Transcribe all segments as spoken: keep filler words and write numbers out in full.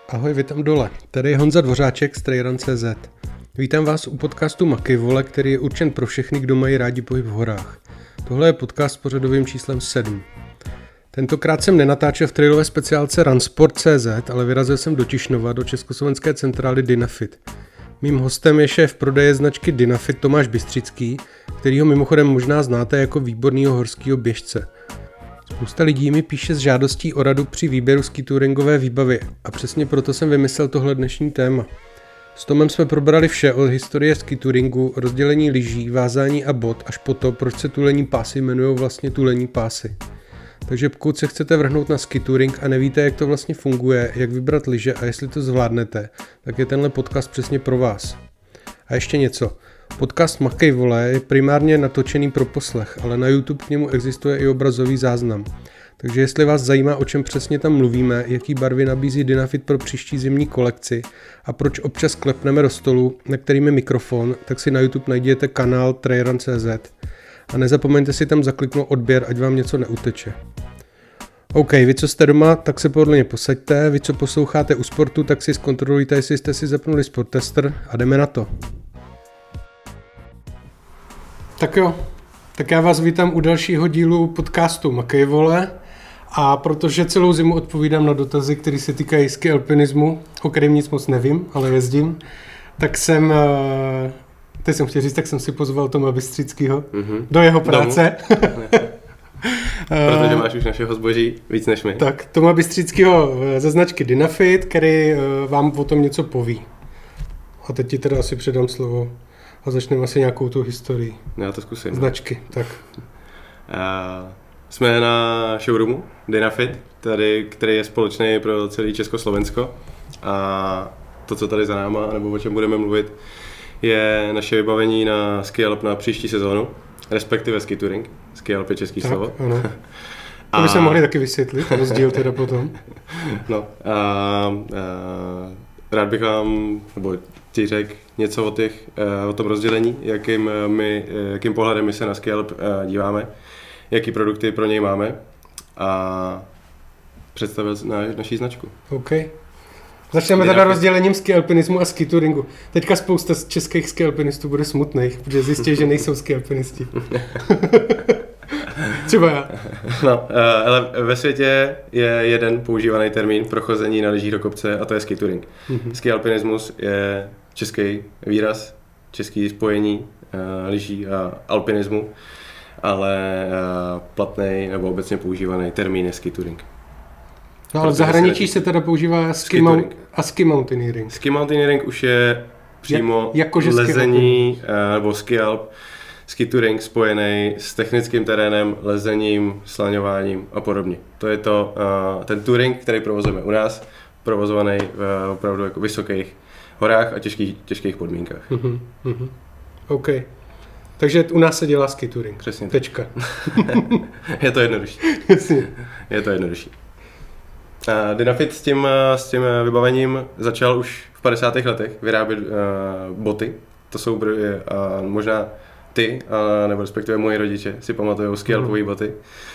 Ahoj, vítám dole. Tady je Honza Dvořáček z Trailrun tečka cé zet. Vítám vás u podcastu Makej vole, který je určen pro všechny, kdo mají rádi pohyb v horách. Tohle je podcast s pořadovým číslem sedm. Tentokrát jsem nenatáčel v trailové speciálce Runsport tečka cé zet, ale vyrazil jsem do Tišnova, do československé centrály Dynafit. Mým hostem je šéf prodeje značky Dynafit Tomáš Bystřický, kterýho mimochodem možná znáte jako výbornýho horskýho běžce. Spousta lidí mi píše s žádostí o radu při výběru skitouringové výbavy a přesně proto jsem vymyslel tohle dnešní téma. S Tomem jsme probrali vše od historie skitouringu, rozdělení lyží, vázání a bot až po to, proč se tulení pásy jmenují vlastně tulení pásy. Takže pokud se chcete vrhnout na skitouring a nevíte, jak to vlastně funguje, jak vybrat lyže a jestli to zvládnete, tak je tenhle podcast přesně pro vás. A ještě něco. Podcast Makej vole je primárně natočený pro poslech, ale na YouTube k němu existuje i obrazový záznam. Takže jestli vás zajímá, o čem přesně tam mluvíme, jaký barvy nabízí Dynafit pro příští zimní kolekci a proč občas klepneme do stolu, na kterým je mikrofon, tak si na YouTube najděte kanál Trailrun tečka cé zet. A nezapomeňte si tam zakliknout odběr, ať vám něco neuteče. OK, vy co jste doma, tak se pohodlně posaďte, vy co posloucháte u sportu, tak si zkontrolujte, jestli jste si zapnuli Sporttester a jdeme na to. Tak jo, tak já vás vítám u dalšího dílu podcastu Makej vole a protože celou zimu odpovídám na dotazy, které se týkají ski alpinismu, o kterém nic moc nevím, ale jezdím, tak jsem, teď jsem chtěl říct, tak jsem si pozval Toma Bystřickýho mm-hmm. do jeho práce. Protože máš už našeho zboží víc než my. Tak, Toma Bystřickýho ze značky Dynafit, který vám o tom něco poví. A teď ti teda asi předám slovo. A začneme asi nějakou tu historii. Já to zkusím. Značky, tak. Uh, jsme na showroomu Dynafit, tady, který je společný pro celé Československo. A to, co tady za náma, nebo o čem budeme mluvit, je naše vybavení na ski alp na příští sezónu, respektive skitouring. Ski alp je český tak, slovo. Ano. To by se mohli taky vysvětlit, rozdíl teda potom. No, a, a, rád bych vám, nebo ti řekl něco o, těch, o tom rozdělení, jakým, my, jakým pohledem my se na ski alp díváme, jaký produkty pro něj máme a představil na, naší značku. OK. Začneme teda rozdělením ski alpinismu a skitouringu. Teďka spousta českých ski alpinistů bude smutných, protože zjistí, že nejsou ski alpinisti. Třeba já. No, ale ve světě je jeden používaný termín pro chození na lyžích do kopce a to je skitouring. Mm-hmm. Ski alpinismus je český výraz, český spojení uh, lyží a alpinismu, ale uh, platný nebo obecně používaný termín je skitouring. No ale v zahraničí se teda používá ski, mount- a ski mountaineering. Ski mountaineering už je přímo Jak, lezení uh, nebo ski alp. Skitouring spojený s technickým terénem, lezením, slaňováním a podobně. To je to, uh, ten touring, který provozujeme u nás, provozovaný v opravdu jako vysokých horách a těžkých, těžkých podmínkách. Uh-huh, uh-huh. OK. Takže u nás se dělá skitouring. Přesně. Tečka. Je to jednodušší. Je to jednodušší. Uh, Dynafit s tím, uh, s tím vybavením začal už v padesátých letech vyrábět uh, boty. To jsou uh, možná ty, a, nebo respektive moji rodiče, si pamatujou ski alpový boty.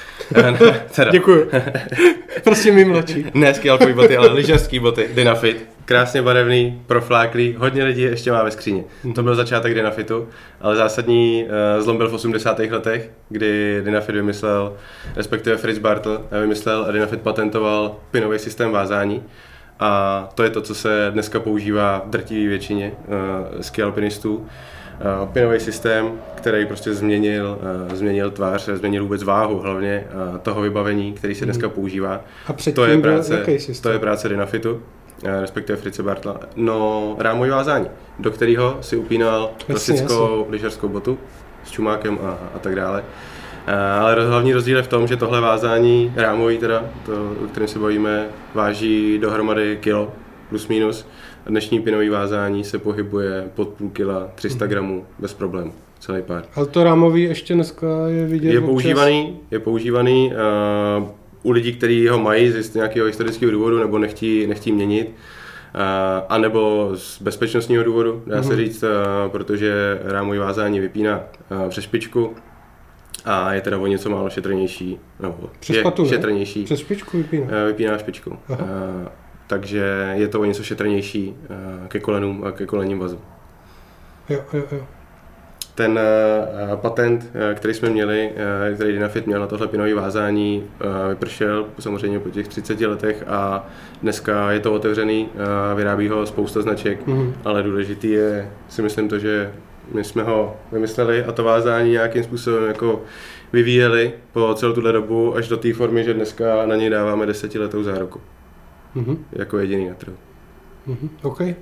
Teda. Děkuju. Prostě mi mladší. Ne ski alpový boty, ale lyžařský boty. Dynafit. Krásně barevný, profláklý, hodně lidí ještě má ve skříně. Mm. To byl začátek Dynafitu, ale zásadní uh, zlom byl v osmdesátých letech, kdy Dynafit vymyslel, respektive Fritz Bartl vymyslel a Dynafit patentoval pinový systém vázání. A to je to, co se dneska používá v drtivé většině uh, ski alpinistů. Uh, pinový systém, který prostě změnil, uh, změnil tvář, změnil vůbec váhu hlavně uh, toho vybavení, který se dneska používá. A to je práce, to je práce Dynafitu, uh, respektive Fritze Bartla. No, rámový vázání, do kterého si upínal klasickou lyžařskou botu s čumákem a, a tak dále. Uh, ale hlavní rozdíl je v tom, že tohle vázání rámový, teda, to, o kterém se bavíme, váží dohromady kilo plus minus. Dnešní pinový vázání se pohybuje pod půl kila, tři sta gramů bez problémů, celý pár. Ale to rámový ještě dneska je vidět. Je používaný, je používaný uh, u lidí, kteří ho mají z nějakého historického důvodu nebo nechtí, nechtí měnit, uh, anebo z bezpečnostního důvodu, dá mm-hmm. se říct, uh, protože rámový vázání vypíná uh, přes špičku a je teda o něco málo šetrnější. No, přes je patu, šetrnější. Přes špičku vypíná? Uh, vypíná špičku. Uh, takže je to o něco šetrnější ke kolenům a ke kolenním vazu. Jo, jo, jo. Ten uh, patent, uh, který jsme měli, uh, který Dynafit měl na tohle pinové vázání, uh, vypršel samozřejmě po těch třiceti letech a dneska je to otevřený, uh, vyrábí ho spousta značek, mm. ale důležitý je, si myslím to, že my jsme ho vymysleli a to vázání nějakým způsobem jako vyvíjeli po celou tuhle dobu až do té formy, že dneska na něj dáváme desetiletou záruku. Mm-hmm. Jako jediný na trhu. Mm-hmm. Okay.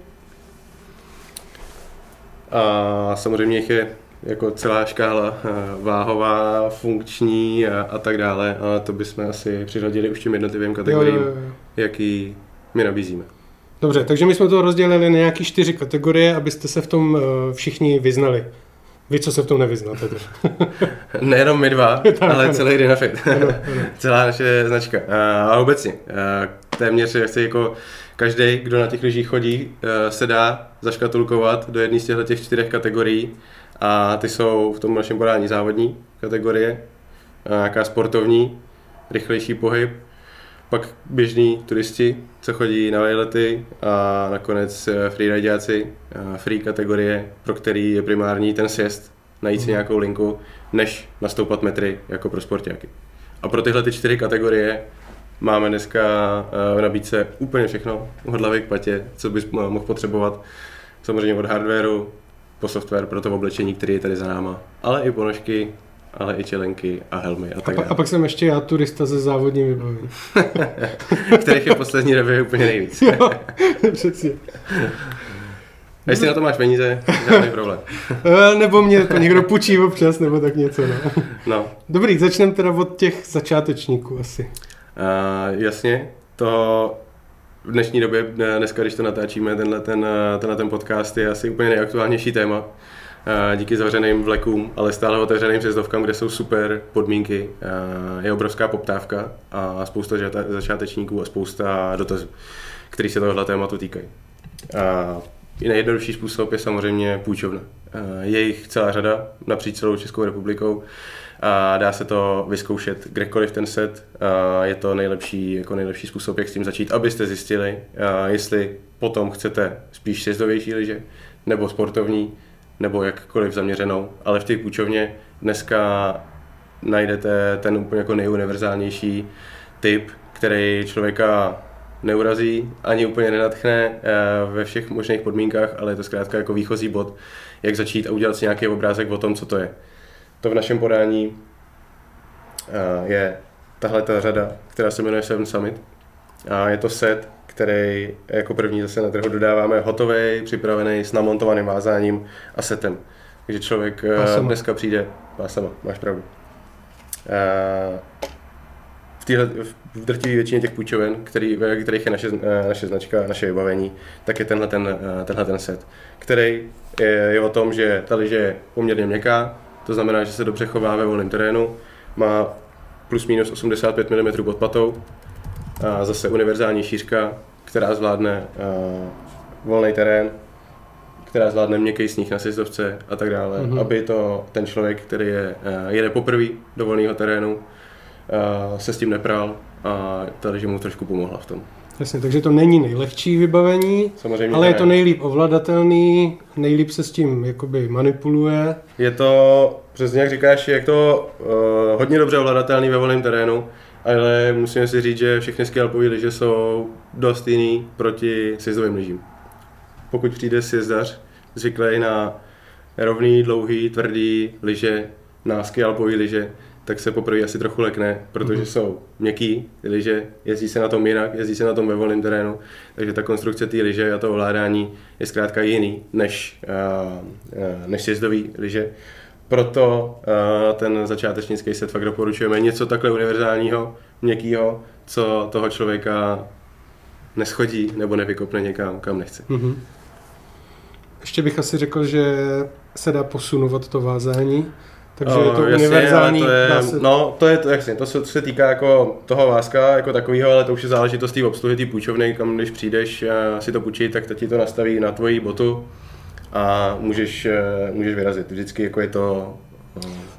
A samozřejmě jich je jako celá škála váhová, funkční a, a tak dále, ale to bychom asi přiřadili už těm jednotlivým kategoriím, jo, jo, jo. jaký my nabízíme. Dobře, takže my jsme to rozdělili na nějaké čtyři kategorie, abyste se v tom všichni vyznali. Vy, co se v tom nevyznáte. Nejenom my dva, tak, ale ano. Celý Dynafit. Ano, ano. Celá naše značka. A obecně, téměř chci jako každý, kdo na těch lyžích chodí, se dá zaškatulkovat do jedné z těchto těch čtyřech kategorií a ty jsou v tom našem podání závodní kategorie, nějaká sportovní, rychlejší pohyb, pak běžní turisti, co chodí na vejlety a nakonec freeridáci, free kategorie, pro který je primární ten sjezd, najít si nějakou linku, než nastoupat metry jako pro sportáky. A pro tyhle ty čtyři kategorie máme dneska v nabídce úplně všechno, od hlavy k patě, co bys mohl potřebovat. Samozřejmě od hardwareu po software pro to oblečení, který je tady za náma, ale i ponožky, ale i čelenky a helmy a tak dále. A pak jsem ještě já turista se závodním vybavením. Kterých je v poslední době úplně nejvíc. Jo, přesně. A jestli na to máš peníze, žádný problém. Nebo mě to někdo půjčí občas, nebo tak něco. No. No. Dobrý, začneme teda od těch začátečníků asi. Uh, jasně, to v dnešní době, dneska, když to natáčíme, tenhle ten, tenhle ten podcast je asi úplně nejaktuálnější téma. Díky zavřeným vlekům, ale stále otevřeným sjezdovkám, kde jsou super podmínky, je obrovská poptávka a spousta začátečníků a spousta dotazů, který se tohoto tématu týkají. A nejjednodušší způsob je samozřejmě půjčovna. Je jich celá řada napříč celou Českou republikou a dá se to vyzkoušet kdekoliv ten set. Je to nejlepší, jako nejlepší způsob, jak s tím začít, abyste zjistili, jestli potom chcete spíš sjezdovější lyže nebo sportovní, nebo jakkoliv zaměřenou, ale v té půjčovně dneska najdete ten úplně jako nejuniverzálnější typ, který člověka neurazí, ani úplně nenadchne ve všech možných podmínkách, ale je to zkrátka jako výchozí bod, jak začít a udělat si nějaký obrázek o tom, co to je. To v našem podání je tahle ta řada, která se jmenuje Seven Summit a je to set, který jako první zase na trhu dodáváme hotový, připravený s namontovaným vázáním a setem. Takže člověk pásama. Dneska přijde, pásama, máš pravdu. V, týhle, v drtivé většině těch půjčoven, který, ve kterých je naše, naše značka, naše vybavení, tak je tenhle ten, tenhle ten set, který je, je o tom, že ta lyže je poměrně měkká, to znamená, že se dobře chová ve volném terénu, má plus minus osmdesát pět milimetrů pod patou, a zase univerzální šířka, která zvládne uh, volný terén, která zvládne měkký sníh na sjezdovce a tak dále, mm-hmm. aby to ten člověk, který je, uh, jede poprvé do volného terénu, uh, se s tím nepral a ta lyže mu trošku pomohla v tom. Jasně, takže to není nejlehčí vybavení, samozřejmě ale ne. Je to nejlíp ovladatelný, nejlíp se s tím jakoby manipuluje. Je to, přesně jak říkáš, je to uh, hodně dobře ovladatelný ve volném terénu, ale musíme si říct, že všechny skialpové lyže jsou dost jiný proti sjezdovým lyžím. Pokud přijde sjezdař zvyklý na rovný, dlouhý, tvrdý lyže, na skialpové lyže, tak se poprvé asi trochu lekne, protože mm-hmm. jsou měkký ty lyže, jezdí se na tom jinak, jezdí se na tom ve volném terénu, takže ta konstrukce té lyže a to ovládání je zkrátka jiný než, uh, uh, než sjezdový lyže. Proto uh, ten začátečnický set fakt doporučujeme něco takhle univerzálního, měkkýho, co toho člověka neschodí nebo nevykopne někam, kam nechce. Mm-hmm. Ještě bych asi řekl, že se dá posunovat to vázání, takže oh, je to jasně, univerzální. To je, se... No, to je to, jasně, to se, to se týká jako toho vázka jako takového, ale to už je záležitost té obsluhy, té půjčovny, kam když přijdeš a si to půjčit, tak to ti to nastaví na tvoji botu a můžeš, můžeš vyrazit. Vždycky jako je to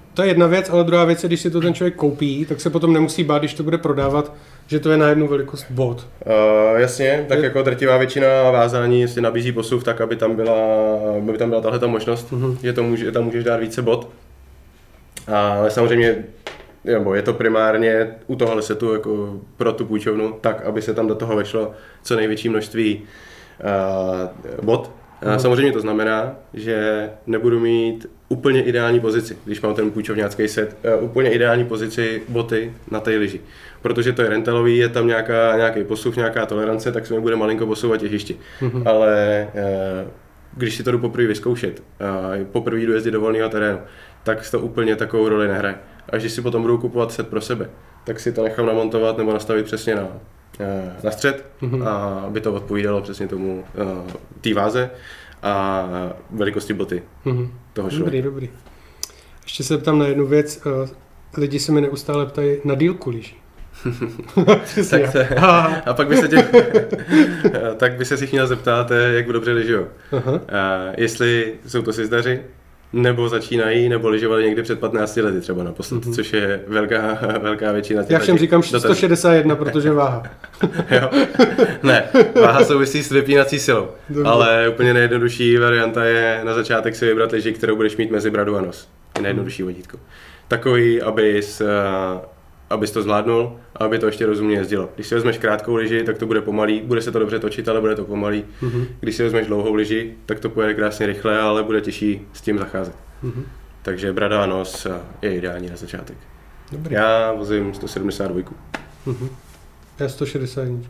to je jedna věc, ale druhá věc je, když si to ten člověk koupí, tak se potom nemusí bát, když to bude prodávat, že to je na jednu velikost bot. Uh, jasně, tak je... jako drtivá většina vázání si nabízí posuv tak, aby tam byla, aby tam byla tahle ta možnost, uh-huh. že to může, tam můžeš dát více bot. Ale samozřejmě nebo je to primárně u tohohle setu jako pro tu půjčovnu, tak, aby se tam do toho vešlo co největší množství uh, bot. A samozřejmě to znamená, že nebudu mít úplně ideální pozici, když mám ten půjčovňácký set, uh, úplně ideální pozici boty na té lyži. Protože to je rentelový, je tam nějaká, nějaký posuv, nějaká tolerance, tak se mi bude malinko posouvat těžiště. Mm-hmm. Ale uh, když si to jdu poprvé vyzkoušet, uh, poprvé jdu jezdit do volného terénu, tak to úplně takovou roli nehraje. A když si potom budu kupovat set pro sebe, tak si to nechám namontovat nebo nastavit přesně na, na střed, mm-hmm. a aby to odpovídalo přesně tomu té váze a velikosti boty mm-hmm. toho člověka. Dobrý, dobrý. Ještě se ptám na jednu věc. Lidi se mi neustále ptají na dílku lyží. tak to, a pak by se tě, tak by se si měl zeptat, jak dobře lyžujou. Uh-huh. Jestli jsou to sizdaři, nebo začínají, nebo lyžovali někdy před patnácti lety třeba naposled, mm-hmm. což je velká, velká většina. Já všem říkám sto šedesát jedna, protože váha. Jo. Ne, váha souvisí s vypínací silou, dobře. Ale úplně nejjednodušší varianta je na začátek si vybrat lyži, kterou budeš mít mezi bradu a nos. Je nejjednodušší vodítko. Takový, abys, abys to zvládnul a aby to ještě rozumně jezdilo. Když si vezmeš krátkou lyži, tak to bude pomalý, bude se to dobře točit, ale bude to pomalý. Mm-hmm. Když si vezmeš dlouhou lyži, tak to pojede krásně rychle, ale bude těžší s tím zacházet. Mm-hmm. Takže brada a nos je ideální na začátek. Dobrý. Já vozím sto sedmdesát dva. Mm-hmm. Já sto šedesát jedna.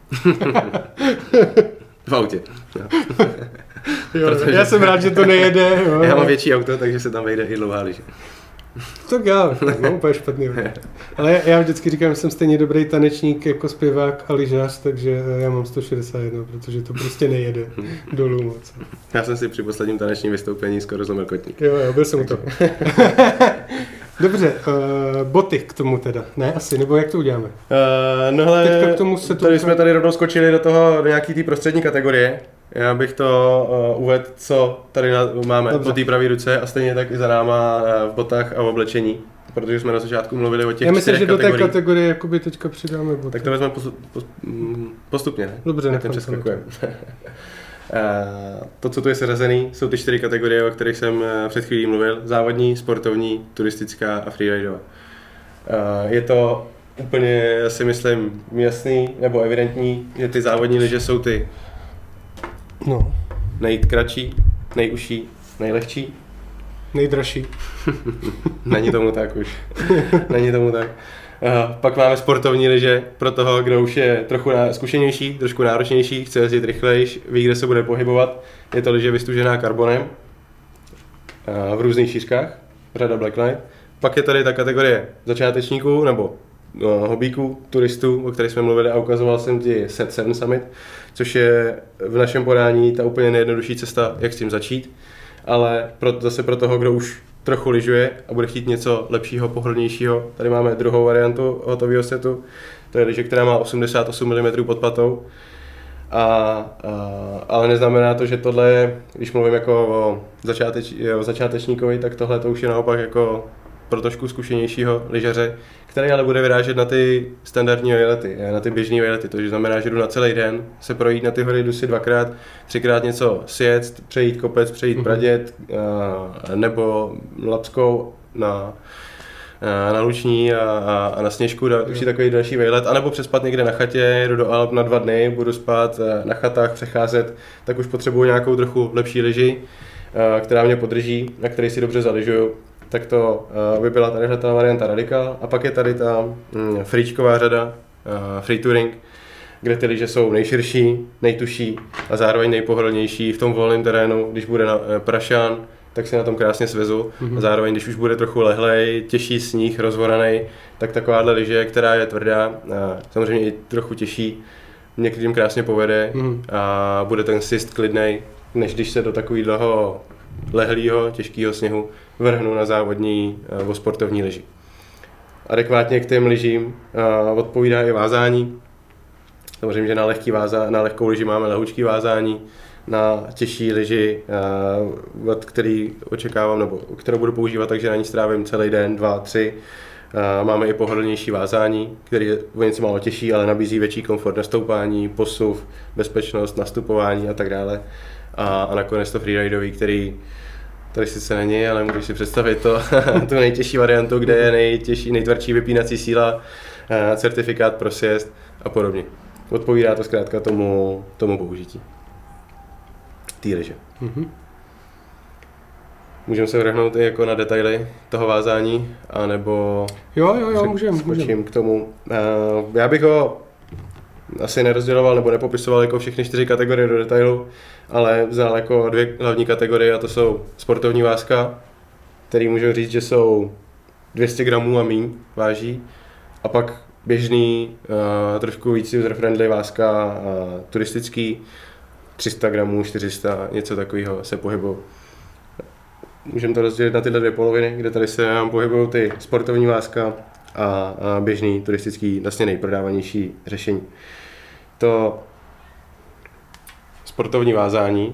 V autě. Jo, Protože... Já jsem rád, že to nejede. Jo. Já mám větší auto, takže se tam vejde i dlouhá lyže. Tak já, no úplně špatný. Ale já, já vždycky říkám, že jsem stejně dobrý tanečník jako zpěvák a lyžař, takže já mám sto šedesát jedna, protože to prostě nejede dolů moc. Já jsem si při posledním tanečním vystoupení skoro zlomil kotník. Jo, jo, byl jsem u toho. Dobře, uh, boty k tomu teda, ne asi, nebo jak to uděláme? Uh, no hele, Teďka k tomu se tady to... jsme tady rovnou skočili do toho, do nějaký té prostřední kategorie. Já bych to uh, uvedl, co tady na, máme Dobře. Po té pravé ruce a stejně tak i za náma uh, v botách a v oblečení, protože jsme na začátku mluvili o těch Já myslím, že do kategorií. té kategorie jakoby teďka přidáme boty. Tak to vezmeme postu, post, postupně, ne? Dobře, nechám přeskakujeme. To, co tu je seřazený, jsou ty čtyři kategorie, o kterých jsem před chvílí mluvil. Závodní, sportovní, turistická a freeridová. Je to úplně, já si myslím, jasný nebo evidentní, že ty závodní lyže jsou ty no. nejkratší, nejužší, nejlehčí. Nejdražší. Není tomu tak už. Není tomu tak. Uh, pak máme sportovní lyže pro toho, kdo už je trochu ná, zkušenější, trošku náročnější, chce jezdit rychlejš, ví, kde se bude pohybovat. Je to lyže vystužená karbonem uh, v různých šířkách, řada Black Knight. Pak je tady ta kategorie začátečníků nebo uh, hobíků, turistů, o kterých jsme mluvili a ukazoval jsem ti Set sedm Summit, což je v našem podání ta úplně nejjednodušší cesta, jak s tím začít. Ale pro, zase pro toho, kdo už trochu lyžuje a bude chtít něco lepšího, pohodlnějšího. Tady máme druhou variantu hotového setu. To je lyže, která má osmdesát osm milimetrů pod patou. A, a, ale neznamená to, že tohle je, když mluvím jako o, začáteč, o začátečníkovi, tak tohle to už je naopak jako pro trošku zkušenějšího lyžaře, který ale bude vyrážet na ty standardní vejlety, na ty běžné vejlety. To znamená, že jdu na celý den se projít na ty hory, jdu si dvakrát, třikrát něco sjet, přejít kopec, přejít mm-hmm. Praděd, nebo Lapskou na, na Luční a, a na Sněžku, už si takový další vejlet, anebo přespat někde na chatě, jdu do Alp na dva dny, budu spát na chatách, přecházet, tak už potřebuji nějakou trochu lepší lyži, která mě podrží, na který si dobře zalyžuju. Tak to uh, by byla tady ta varianta Radical. A pak je tady ta um, freečková řada, uh, free touring, kde ty lyže jsou nejširší, nejtuší a zároveň nejpohodlnější v tom volném terénu. Když bude na, uh, prašan, tak si na tom krásně svezu. Mm-hmm. A zároveň, když už bude trochu lehlej, těžší sníh, rozvoranej, tak takováhle lyže, která je tvrdá, uh, samozřejmě i trochu těžší, někdy krásně povede mm-hmm. a bude ten syst klidnej, než když se do takového lehlýho, těžkého sněhu vrhnu na závodní uh, sportovní lyži. Adekvátně k těm lyžím uh, odpovídá i vázání. Samozřejmě, že na, lehký váza, na lehkou lyži máme lehoučký vázání, na těžší lyži, od který očekávám, nebo kterou budu používat, takže na ní strávím celý den, dva, tři. Máme i pohodlnější vázání, který je o něco málo těžší, ale nabízí větší komfort na stoupání, posuv, bezpečnost, nastupování a tak dále. A, a nakonec to freeridový, který tady sice není, ale můžeš si představit to, tu nejtěžší variantu, kde je nejtěžší, nejtvrdší vypínací síla, certifikát pro sjezd a podobně. Odpovídá to zkrátka tomu, tomu použití. Té lyže. Mm-hmm. Můžeme se vrhnout i jako na detaily toho vázání, anebo jo, jo, jo, můžeme. Skočím k tomu. Uh, já bych ho asi nerozděloval nebo nepopisoval jako všechny čtyři kategorie do detailu, ale vzal jako dvě hlavní kategorie a to jsou sportovní vázka, který můžu říct, že jsou dvě stě gramů a míň váží, a pak běžný, uh, trošku víc user-friendly vázka, uh, turistický, tři sta gramů, čtyři sta, něco takového se pohybují. Můžeme to rozdělit na tyhle dvě poloviny, kde tady se nám pohybují ty sportovní vázka a, a běžný turistický, vlastně nejprodávanější řešení. To sportovní vázání.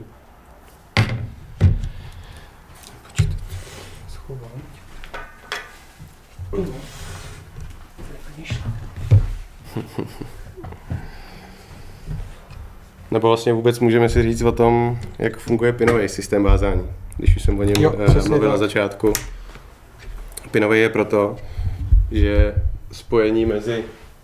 Nebo vlastně vůbec můžeme si říct o tom, jak funguje pinový systém vázání, když už jsem o něm jo, mluvil na začátku. Pinový je proto, že spojení mezi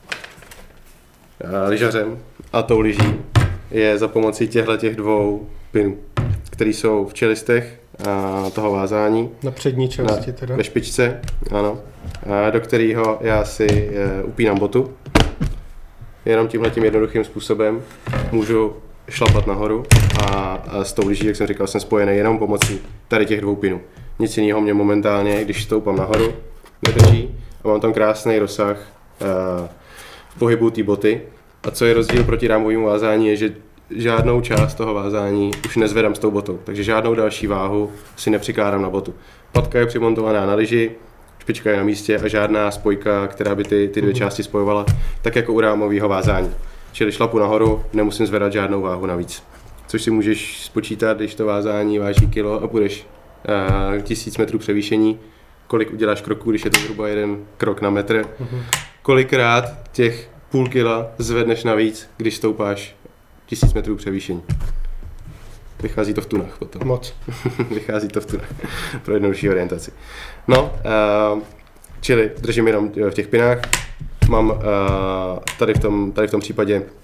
lyžařem a tou lyží je za pomocí těchto dvou pinů, které jsou v čelistech toho vázání. Na přední části na, teda. Ve špičce, ano. Do kterého já si upínám botu. Jenom tímhletím jednoduchým způsobem můžu šlapat nahoru a, a s tou lyží, jak jsem říkal, jsem spojený jenom pomocí tady těch dvou pinů. Nic jiného mě momentálně, když stoupám nahoru, nedrží a mám tam krásný rozsah uh, v pohybu té boty. A co je rozdíl proti rámovému vázání je, že žádnou část toho vázání už nezvedám s tou botou, takže žádnou další váhu si nepřikládám na botu. Patka je přimontovaná na lyži, špička je na místě a žádná spojka, která by ty, ty dvě části spojovala, tak jako u rámového vázání. Čili šlapu nahoru, nemusím zvedat žádnou váhu navíc. Což si můžeš spočítat, když to vázání váží kilo a půjdeš uh, tisíc metrů převýšení, kolik uděláš kroků, když je to zhruba jeden krok na metr, kolikrát těch půl kila zvedneš navíc, když stoupáš tisíc metrů převýšení. Vychází to v tunách potom. Moc. Vychází to v tunách pro jednodušší orientaci. No, uh, čili držím jenom v těch pinách. Mám uh, tady, v tom, tady v tom případě uh,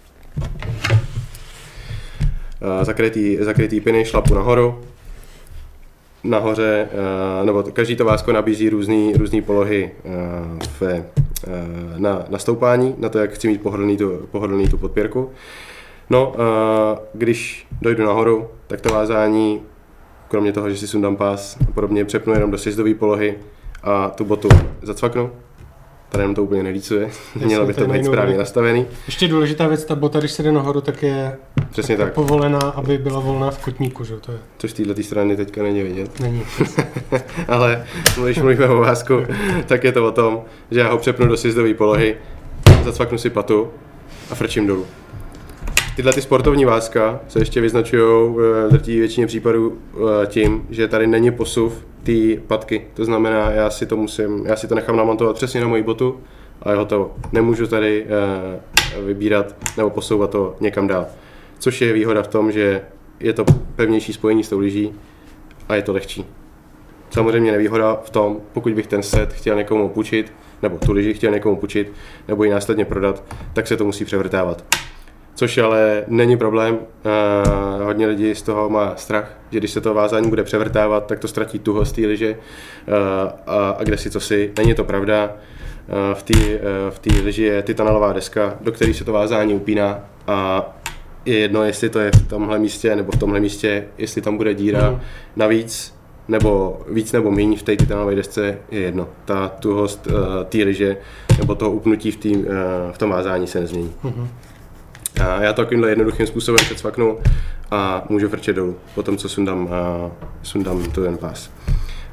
zakrytý, zakrytý piny, šlapu nahoru. Nahoře, uh, nebo každý to vázko nabízí různý, různý polohy uh, v, uh, na, na stoupání, na to, jak chci mít pohodlný tu, pohodlný tu podpěrku. No, uh, když dojdu nahoru, tak to vázání, kromě toho, že si sundám pás a podobně, přepnu jenom do sjezdové polohy a tu botu zacvaknu. Tady jenom to úplně nelícuje, mělo by to být správně nastavený. Ještě důležitá věc, ta bota, když se jde nahoru, tak je přesně tak povolená, aby byla volná v kotníku, že to je. Což z této strany teďka není vidět. Není. Ale když mluvíme o vázku, tak je to o tom, že já ho přepnu do sjezdové polohy, zacvaknu si patu a frčím dolů. Tyhle ty sportovní vázka se ještě vyznačují v drtivé většině případů tím, že tady není posuv té patky. To znamená, já si to musím, já si to nechám namontovat přesně na moji botu a je hotovo. Nemůžu tady vybírat nebo posouvat to někam dál. Což je výhoda v tom, že je to pevnější spojení s tou lyží a je to lehčí. Samozřejmě nevýhoda v tom, pokud bych ten set chtěl někomu půjčit, nebo tu lyži chtěl někomu půjčit, nebo ji následně prodat, tak se to musí převrtávat. Což ale není problém, uh, hodně lidí z toho má strach, že když se to vázání bude převrtávat, tak to ztratí tuhost té lyže uh, a, a kde si co si. Není to pravda, uh, v té uh, v té lyži je titanová deska, do které se to vázání upíná a je jedno, jestli to je v tomhle místě nebo v tomhle místě, jestli tam bude díra mm. navíc, nebo víc nebo míň v té titanové desce je jedno. Ta tuhost uh, té lyže nebo toho upnutí v, tý, uh, v tom vázání se nezmění. Mm. A já to takovýmhle jednoduchým způsobem předsvaknu a můžu frčet dolů, po tom, co sundám, uh, sundám tu ten pás.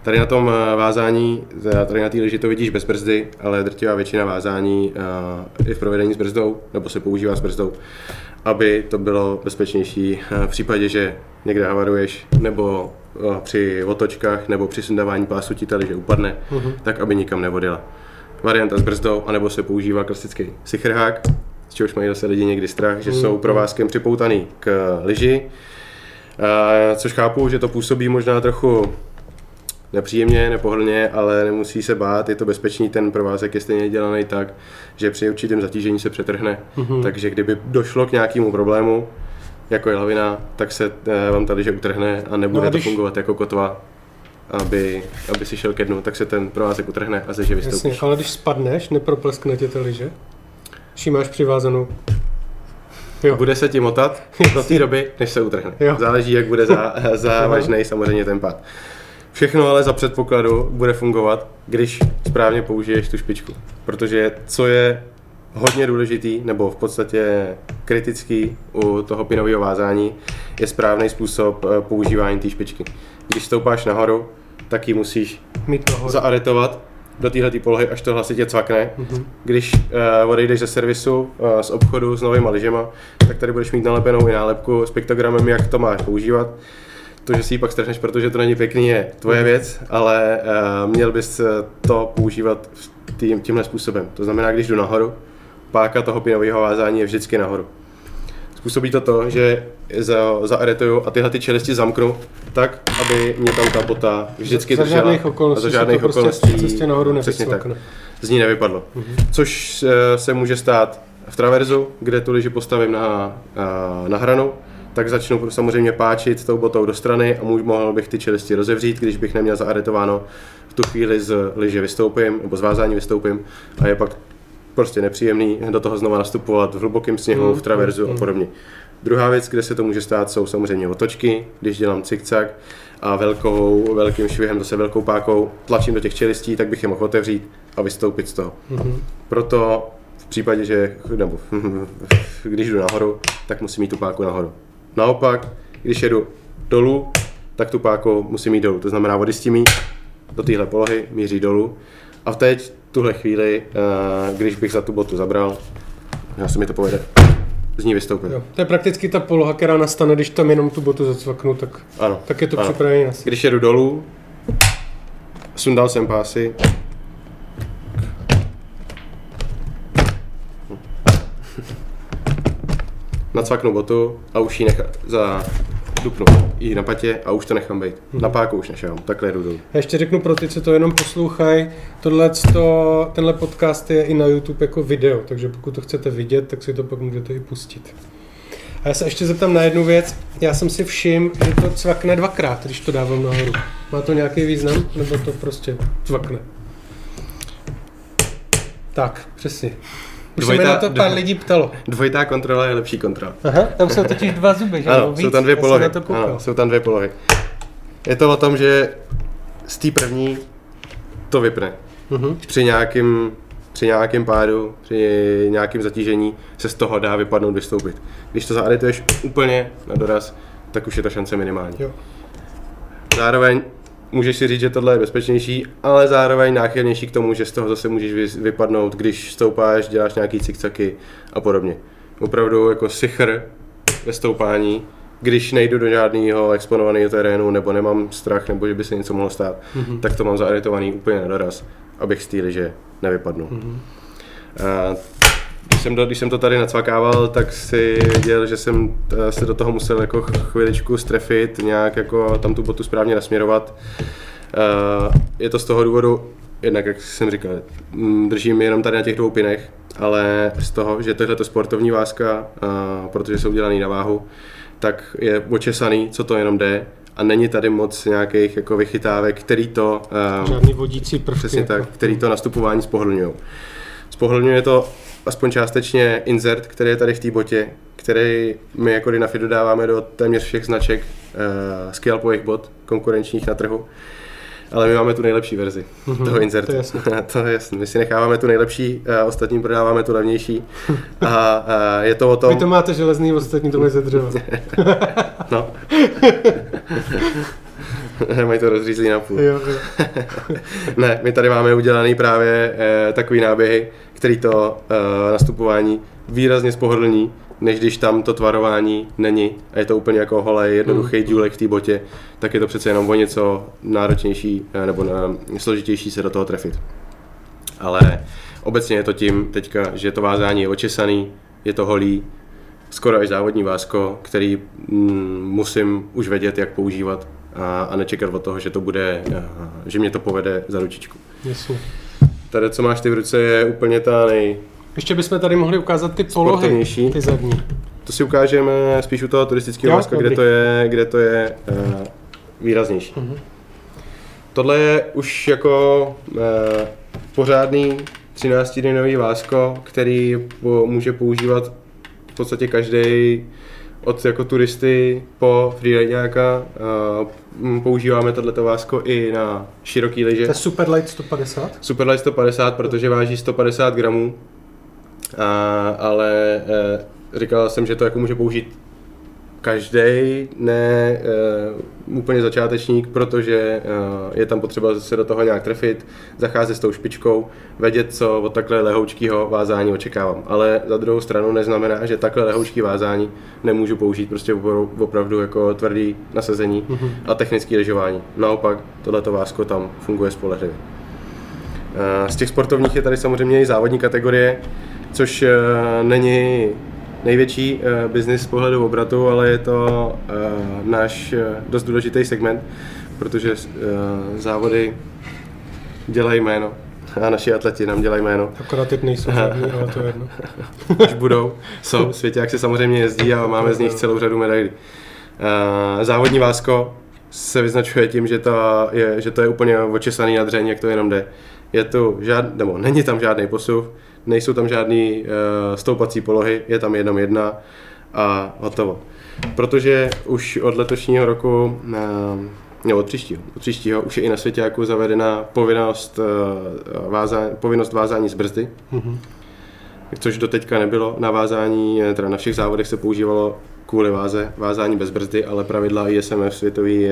Tady na tom vázání, tady na té lyži to vidíš bez brzdy, ale drtivá většina vázání je v provedení s brzdou, nebo se používá s brzdou, aby to bylo bezpečnější v případě, že někde havaruješ, nebo při otočkách, nebo při sundávání pásu ti ta lyže upadne, uh-huh. tak aby nikam nevodila. Varianta s brzdou, anebo se používá klasický sichrhák, z čehož mají zase lidi někdy strach, že uh-huh. jsou provázkem připoutaný k lyži, což chápu, že to působí možná trochu nepříjemně, nepohodlně, ale nemusí se bát, je to bezpečný, ten provázek je stejně dělaný tak, že při určitém zatížení se přetrhne, mm-hmm. takže kdyby došlo k nějakému problému, jako je lavina, tak se vám ta lyže utrhne a nebude no a když... to fungovat jako kotva, aby, aby si šel ke dnu, tak se ten provázek utrhne a ze lyže vystoupíš. Jasně, ale když spadneš, nepropleskne tě ta lyže, když ji máš přivázanou. Jo. Bude se ti motat do té doby, než se utrhne. Jo. Záleží, jak bude zá, závažný samozřejmě ten pád. Všechno ale za předpokladu bude fungovat, když správně použiješ tu špičku. Protože co je hodně důležitý, nebo v podstatě kritický u toho pinového vázání, je správný způsob používání té špičky. Když stoupáš nahoru, tak ji musíš mít nahoru. Zaaretovat do téhleté polohy, až to hlasitě cvakne. Mm-hmm. Když uh, odejdeš ze servisu, uh, z obchodu s novýma lyžema, tak tady budeš mít nalepenou i nálepku s piktogramem, jak to máš používat. To, že si ji pak strhneš, protože to není pěkný, je tvoje věc, ale uh, měl bys to používat tím, tímhle způsobem. To znamená, když jdu nahoru, páka toho pinového vázání je vždycky nahoru. Způsobí to to, že za, zaaretuju a tyhle ty čelisti zamknu tak, aby mě tam ta bota vždycky za, držela. Za žádných okolností, za žádných to okolností prostě cestě nahoru nevysvakne. Z ní nevypadlo. Uh-huh. Což uh, se může stát v traverzu, kde tu lyži postavím na, uh, na hranu, tak začnu samozřejmě páčit tou botou do strany a můj, mohl bych ty čelisti rozevřít, když bych neměl zaaretováno. V tu chvíli z lyže vystoupím, nebo z vázání vystoupím a je pak prostě nepříjemný do toho znova nastupovat v hlubokém sněhu, v traverzu a podobně. Druhá věc, kde se to může stát, jsou samozřejmě otočky, když dělám cikcak a velkou, velkým švihem, zase velkou pákou tlačím do těch čelistí, tak bych je mohl otevřít a vystoupit z toho. Mm-hmm. Proto v případě, že nebo, když jdu nahoru, tak musím mít tu páku nahoru. Naopak, když jedu dolů, tak tu páku musím mít dolů. To znamená odjistím do téhle polohy, míří dolů. A v teď, tuhle chvíli, když bych za tu botu zabral, já se mi to povede, z ní vystoupit. Jo, to je prakticky ta poloha, která nastane, když tam jenom tu botu zacvaknu, tak, ano, tak je to ano. připravený na si. Když jedu dolů, sundal jsem pásy, nacvaknu botu a už ji nechám za dupnu jí na patě a už to nechám být. Hmm. Na páku už nešám, takhle jedu dolů. Já ještě řeknu pro ty, co to jenom poslouchají, tohleto, tenhle podcast je i na YouTube jako video, takže pokud to chcete vidět, tak si to pak můžete i pustit. A já se ještě zeptám na jednu věc, já jsem si všiml, že to cvakne dvakrát, když to dávám nahoru. Má to nějaký význam, nebo to prostě cvakne? Tak, přesně. Už se mi na to pár lidí ptalo. Dvojitá kontrola je lepší kontrola. Aha, tam jsou totiž dva zuby, že? Ano, víc, jsou tam dvě polohy. Ano, jsou tam dvě polohy. Je to o tom, že z té první to vypne. Uh-huh. Při nějakým, při nějakým pádu, při nějakým zatížení se z toho dá vypadnout, vystoupit. Když to zaarituješ úplně na doraz, tak už je ta šance minimální. Jo. Zároveň můžeš si říct, že tohle je bezpečnější, ale zároveň náchylnější k tomu, že z toho zase můžeš vypadnout, když stoupáš, děláš nějaký cikcaky a podobně. Opravdu jako sichr ve stoupání, když nejdu do žádného exponovaného terénu, nebo nemám strach, nebo že by se něco mohlo stát, mm-hmm. tak to mám zaaritovaný úplně na doraz, abych z té lyže nevypadnul. Mm-hmm. A když jsem, do, když jsem to tady nacvakával, tak si viděl, že jsem se do toho musel jako chviličku strefit, nějak jako tam tu botu správně nasměrovat. Je to z toho důvodu, jednak jak jsem říkal, držím jenom tady na těch dvou pinech, ale z toho, že tohle je sportovní váska, protože jsou udělaný na váhu, tak je očesaný, co to jenom jde. A není tady moc nějakých jako vychytávek, který to... Žádný vodící prvky. Přesně tak, který to nastupování spohodlňujou. Spohodlňuje to aspoň částečně insert, který je tady v té botě, který my jako Dynafit dodáváme do téměř všech značek uh, scalpových bot konkurenčních na trhu. Ale my máme tu nejlepší verzi mm-hmm, toho insertu. To je jasný. To je jasný. My si necháváme tu nejlepší, uh, ostatním prodáváme tu levnější. A uh, je to o tom... Vy to máte železný, ostatní to mají ze dřeva. No. Mají to rozřízlý na půl. Jo, jo. Ne, my tady máme udělaný právě eh, takový náběhy, který to eh, nastupování výrazně spohodlní, než když tam to tvarování není a je to úplně jako holej, jednoduchý mm. důlek v té botě, tak je to přece jenom o něco náročnější eh, nebo na, složitější se do toho trefit. Ale obecně je to tím teďka, že to vázání je očesaný, je to holý, skoro až závodní vásko, který mm, musím už vědět, jak používat a, a nečekat od toho, že to bude, a, že mě to povede za ručičku. Jasně. Tady, co máš ty v ruce, je úplně ta nej... Ještě bychom tady mohli ukázat ty polohy, ty zadní. To si ukážeme spíš u toho turistického váska, kde to je, kde to je uh, výraznější. Uh-huh. Tohle je už jako uh, pořádný třináctidennový vásko, který po, může používat v podstatě každý od jako turisty po freeridáka. Uh, používáme tohleto vásko i na široký lyže. To je Superlight sto padesát? Superlight sto padesát, protože váží sto padesát gramů, uh, ale uh, říkal jsem, že to jako může použít každý, ne uh, úplně začátečník, protože uh, je tam potřeba se do toho nějak trefit, zacházet s tou špičkou, vědět, co od takhle lehoučkého vázání očekávám. Ale za druhou stranu neznamená, že takhle lehoučký vázání nemůžu použít prostě opravdu jako tvrdý nasazení mm-hmm. a technické lyžování. Naopak, tohleto vásko tam funguje spolehlivě. Uh, z těch sportovních je tady samozřejmě i závodní kategorie, což uh, není největší uh, biznis z pohledu obratu, ale je to uh, náš uh, dost důležitý segment, protože uh, závody dělají jméno a naši atleti nám dělají jméno. Akorát teď nejsou žádný, ale to je jedno. Až budou, jsou, Svěťák se samozřejmě jezdí a máme z nich celou řadu medailí. Uh, závodní vásko se vyznačuje tím, že to je, že to je úplně očesaný na dřeň, jak to jenom jde. Je tu žád, nebo není tam žádný posuv, nejsou tam žádný uh, stoupací polohy, je tam jenom jedna a hotovo. Protože už od letošního roku, uh, nebo od příštího, od příštího už je i na Svěťáku zavedena povinnost, uh, vázání, povinnost vázání z brzdy, mm-hmm. což doteďka nebylo. Na vázání, teda na všech závodech se používalo kvůli váze, vázání bez brzdy, ale pravidla I S M F světový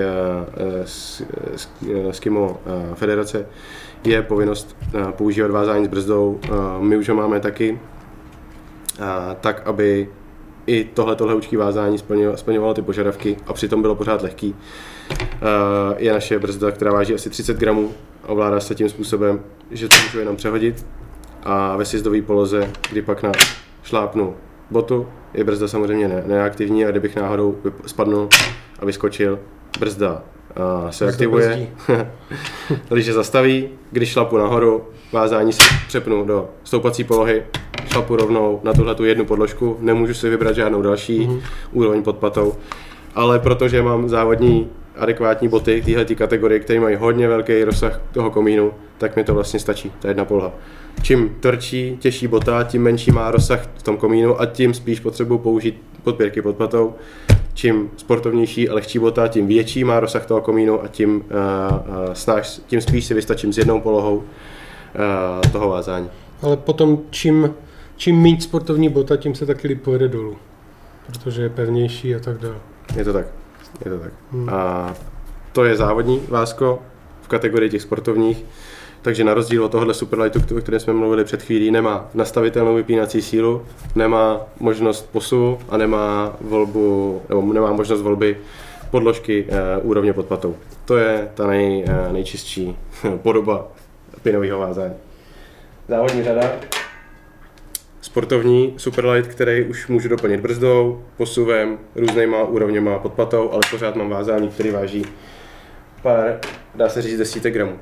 uh, skimo uh, federace je povinnost uh, používat vázání s brzdou. Uh, my už ho máme taky, uh, tak aby i tohleto lehoučký vázání splňovalo, splňovalo ty požadavky a přitom bylo pořád lehký. Uh, je naše brzda, která váží asi třicet gramů, ovládá se tím způsobem, že to můžu jenom přehodit a ve sjezdové poloze, kdy pak na šlápnu botu, je brzda samozřejmě ne, neaktivní a kdybych náhodou spadnul a vyskočil, brzda uh, se brzda aktivuje, lyže zastaví, když šlapu nahoru, vázání si přepnu do stoupací polohy, šlapu rovnou na tuhletu jednu podložku, nemůžu si vybrat žádnou další mm-hmm. úroveň pod patou, ale protože mám závodní adekvátní boty k téhletý kategorii, které mají hodně velký rozsah toho komínu, tak mi to vlastně stačí, ta jedna poloha. Čím tvrdší, těžší bota, tím menší má rozsah v tom komínu a tím spíš potřebuji použít podpěrky pod patou. Čím sportovnější a lehčí bota, tím větší má rozsah toho komínu a tím, uh, uh, snáž, tím spíš si vystačím s jednou polohou uh, toho vázání. Ale potom čím, čím méně sportovní bota, tím se taky líp pojede dolů, protože je pevnější a tak dále. Je to tak. Je to tak. Hmm. A to je závodní vásko v kategorii těch sportovních, takže na rozdíl od tohohle Superlightu, o kterém jsme mluvili před chvílí, nemá nastavitelnou vypínací sílu, nemá možnost posunu a nemá volbu, nebo nemá možnost volby podložky e, úrovně pod patou. To je ta nej, e, nejčistší podoba pinového vázání. Závodní řada. Sportovní Superlight, který už můžu doplnit brzdou, posuvem, různýma úrovněma pod patou, ale pořád mám vázání, který váží pár, dá se říct, desítek gramů.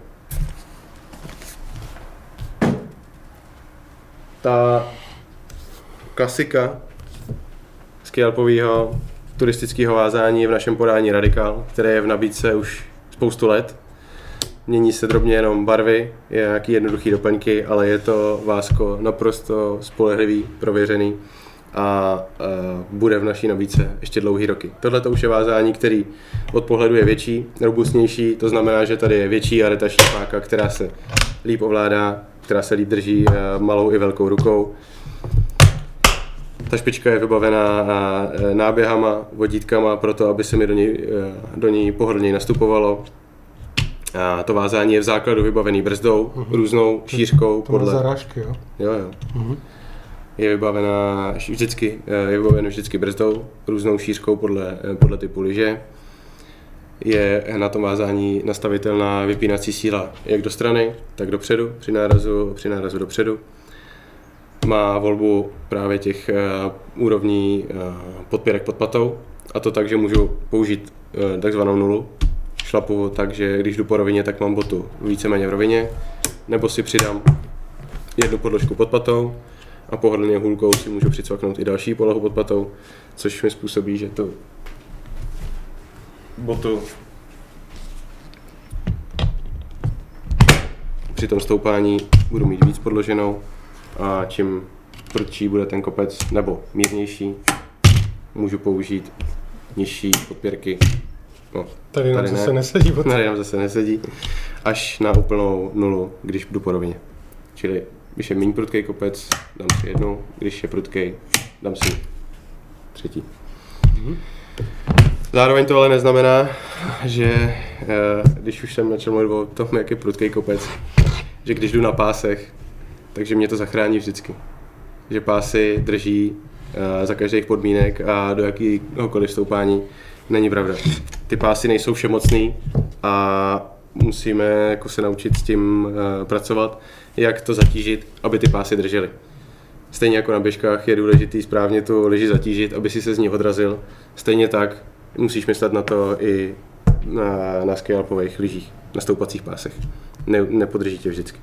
Ta klasika skialpového turistického vázání je v našem podání Radical, které je v nabídce už spoustu let. Mění se drobně jenom barvy, je nějaký jednoduchý doplňky, ale je to vásko naprosto spolehlivý, prověřený a, a bude v naší nabídce ještě dlouhý roky. Tohle to už je vázání, který od pohledu je větší, robustnější, to znamená, že tady je větší aretační páka, která se líp ovládá, která se líp drží malou i velkou rukou. Ta špička je vybavená náběhama, vodítkama pro to, aby se mi do ní, do ní pohodlněji nastupovalo. A to vázání je v základu vybavený brzdou, uh-huh. různou šířkou. To podle zarážky, jo? Jo, jo. Uh-huh. Je vybavená vždycky, je vybavená vždycky brzdou, různou šířkou podle, podle typu lyže. Je na tom vázání nastavitelná vypínací síla jak do strany, tak dopředu, při nárazu, při nárazu dopředu. Má volbu právě těch uh, úrovní uh, podpěrek pod patou, a to tak, že můžu použít uh, takzvanou nulu. Šlapu tak, že když jdu po rovině, tak mám botu víceméně v rovině, nebo si přidám jednu podložku pod patou a pohodlně hůlkou si můžu přicvaknout i další polohu pod patou, což mi způsobí, že tu botu při tom stoupání budu mít víc podloženou a čím prudší bude ten kopec nebo mírnější, můžu použít nižší podpěrky. No, tady nám tady zase ne. nesedí. Tady nám zase nesedí. Až na úplnou nulu, když jdu po rovině. Čili když je méně prudký kopec, dám si jednou, když je prudký, dám si třetí. Mm-hmm. Zároveň to ale neznamená, že když už jsem začal mluvit o tom, jak je prudký kopec, že když jdu na pásech, takže mě to zachrání vždycky. Že pásy drží za každých podmínek a do jakýhokoliv stoupání. Není pravda. Ty pásy nejsou všemocný a musíme jako se naučit s tím uh, pracovat, jak to zatížit, aby ty pásy držely. Stejně jako na běžkách je důležitý správně tu lyži zatížit, aby si se z ní odrazil. Stejně tak musíš myslet na to i na, na skialpových lyžích, na stoupacích pásech. Ne, nepodrží tě vždycky.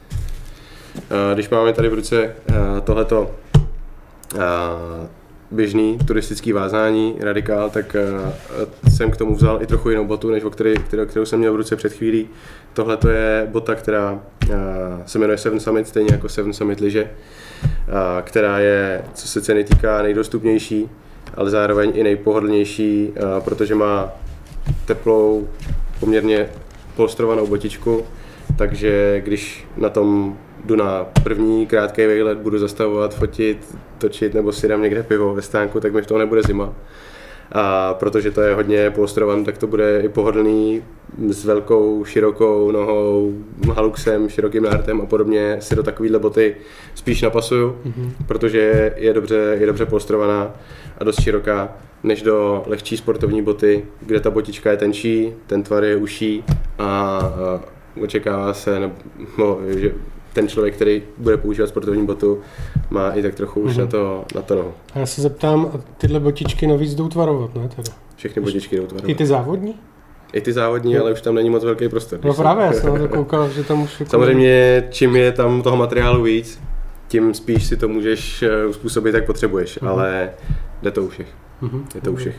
Uh, když máme tady v ruce uh, tohleto uh, běžný turistický vázání, radikál, tak uh, jsem k tomu vzal i trochu jinou botu, než o který, kterou, kterou jsem měl v ruce před chvílí. Tohle to je bota, která uh, se jmenuje Seven Summit, stejně jako Seven Summit lyže, uh, která je, co se ceny týká, nejdostupnější, ale zároveň i nejpohodlnější, uh, protože má teplou, poměrně polstrovanou botičku, takže když na tom jdu na první krátký výlet, budu zastavovat, fotit, točit nebo si dám někde pivo ve stánku, tak mi v toho nebude zima. A protože to je hodně polstrované, tak to bude i pohodlný s velkou, širokou nohou, haluxem, širokým nártem a podobně si do takovýhle boty spíš napasuju, mm-hmm. protože je dobře, je dobře polstrovaná a dost široká, než do lehčí sportovní boty, kde ta botička je tenčí, ten tvar je uší a, a očekává se, nebo, no, že ten člověk, který bude používat sportovní botu, má i tak trochu už mm-hmm. na to, na to nohu. A já se zeptám, tyhle botičky navíc jdou tvarovat, ne? Teda? Všechny botičky jdou tvarovat. I ty závodní? I ty závodní, no. Ale už tam není moc velký prostor. No právě, já jsem na to koukal, že tam už... Samozřejmě, čím je tam toho materiálu víc, tím spíš si to můžeš uspůsobit, jak potřebuješ, mm-hmm. ale jde to u všech. Mm-hmm. Je to u všech.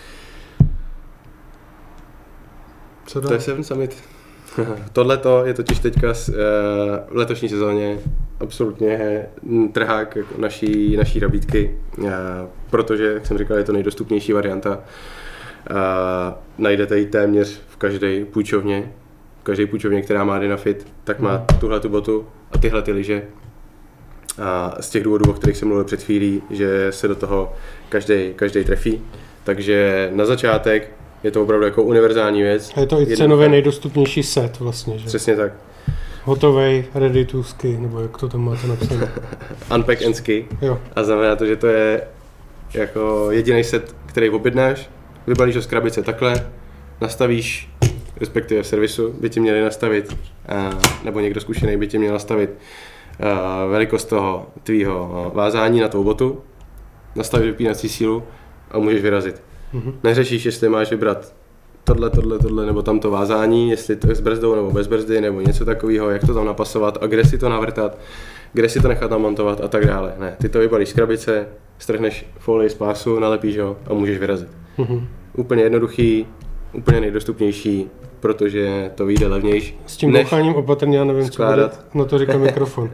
Co dál? To je Seven Summit. Tohle je totiž teďka v letošní sezóně absolutně trhák naší, naší rabítky, protože, jak jsem říkal, je to nejdostupnější varianta. Najdete ji téměř v každé půjčovně, v každé půjčovně, která má Dynafit, tak má tuhle tu botu a tyhle ty lyže. A z těch důvodů, o kterých jsem mluvil před chvílí, že se do toho každý, každý trefí. Takže na začátek je to opravdu jako univerzální věc. A je to i cenově nejdostupnější set vlastně, že? Přesně tak. Hotovej, ready to ski, nebo jak to tam máte napsané? Unpack and ski. Jo. A znamená to, že to je jako jediný set, který objednáš, vybalíš ho z krabice takhle, nastavíš, respektive v servisu by ti měli nastavit, nebo někdo zkušený by ti měl nastavit velikost toho tvýho vázání na tou botu, nastavit vypínací sílu a můžeš vyrazit. Mm-hmm. Neřešíš, jestli máš vybrat tohle, tohle, tohle nebo tamto vázání, jestli to je s brzdou nebo bez brzdy nebo něco takového, jak to tam napasovat a kde si to navrtat, kde si to nechat namontovat a tak dále. Ne, ty to vybalíš z krabice, strhneš folii z pásu, nalepíš ho a můžeš vyrazit. Mm-hmm. Úplně jednoduchý, úplně nejdostupnější, protože to vyjde levnější. S tím boucháním opatrně, já nevím, skládat. Co bude, no to říká mikrofon.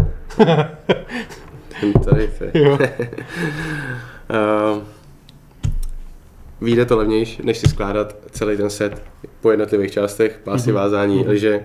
Ten tady je. uh, Vyjde to levnější, než si skládat celý ten set po jednotlivých částech, pásy, mm-hmm. vázání, mm-hmm. lyže.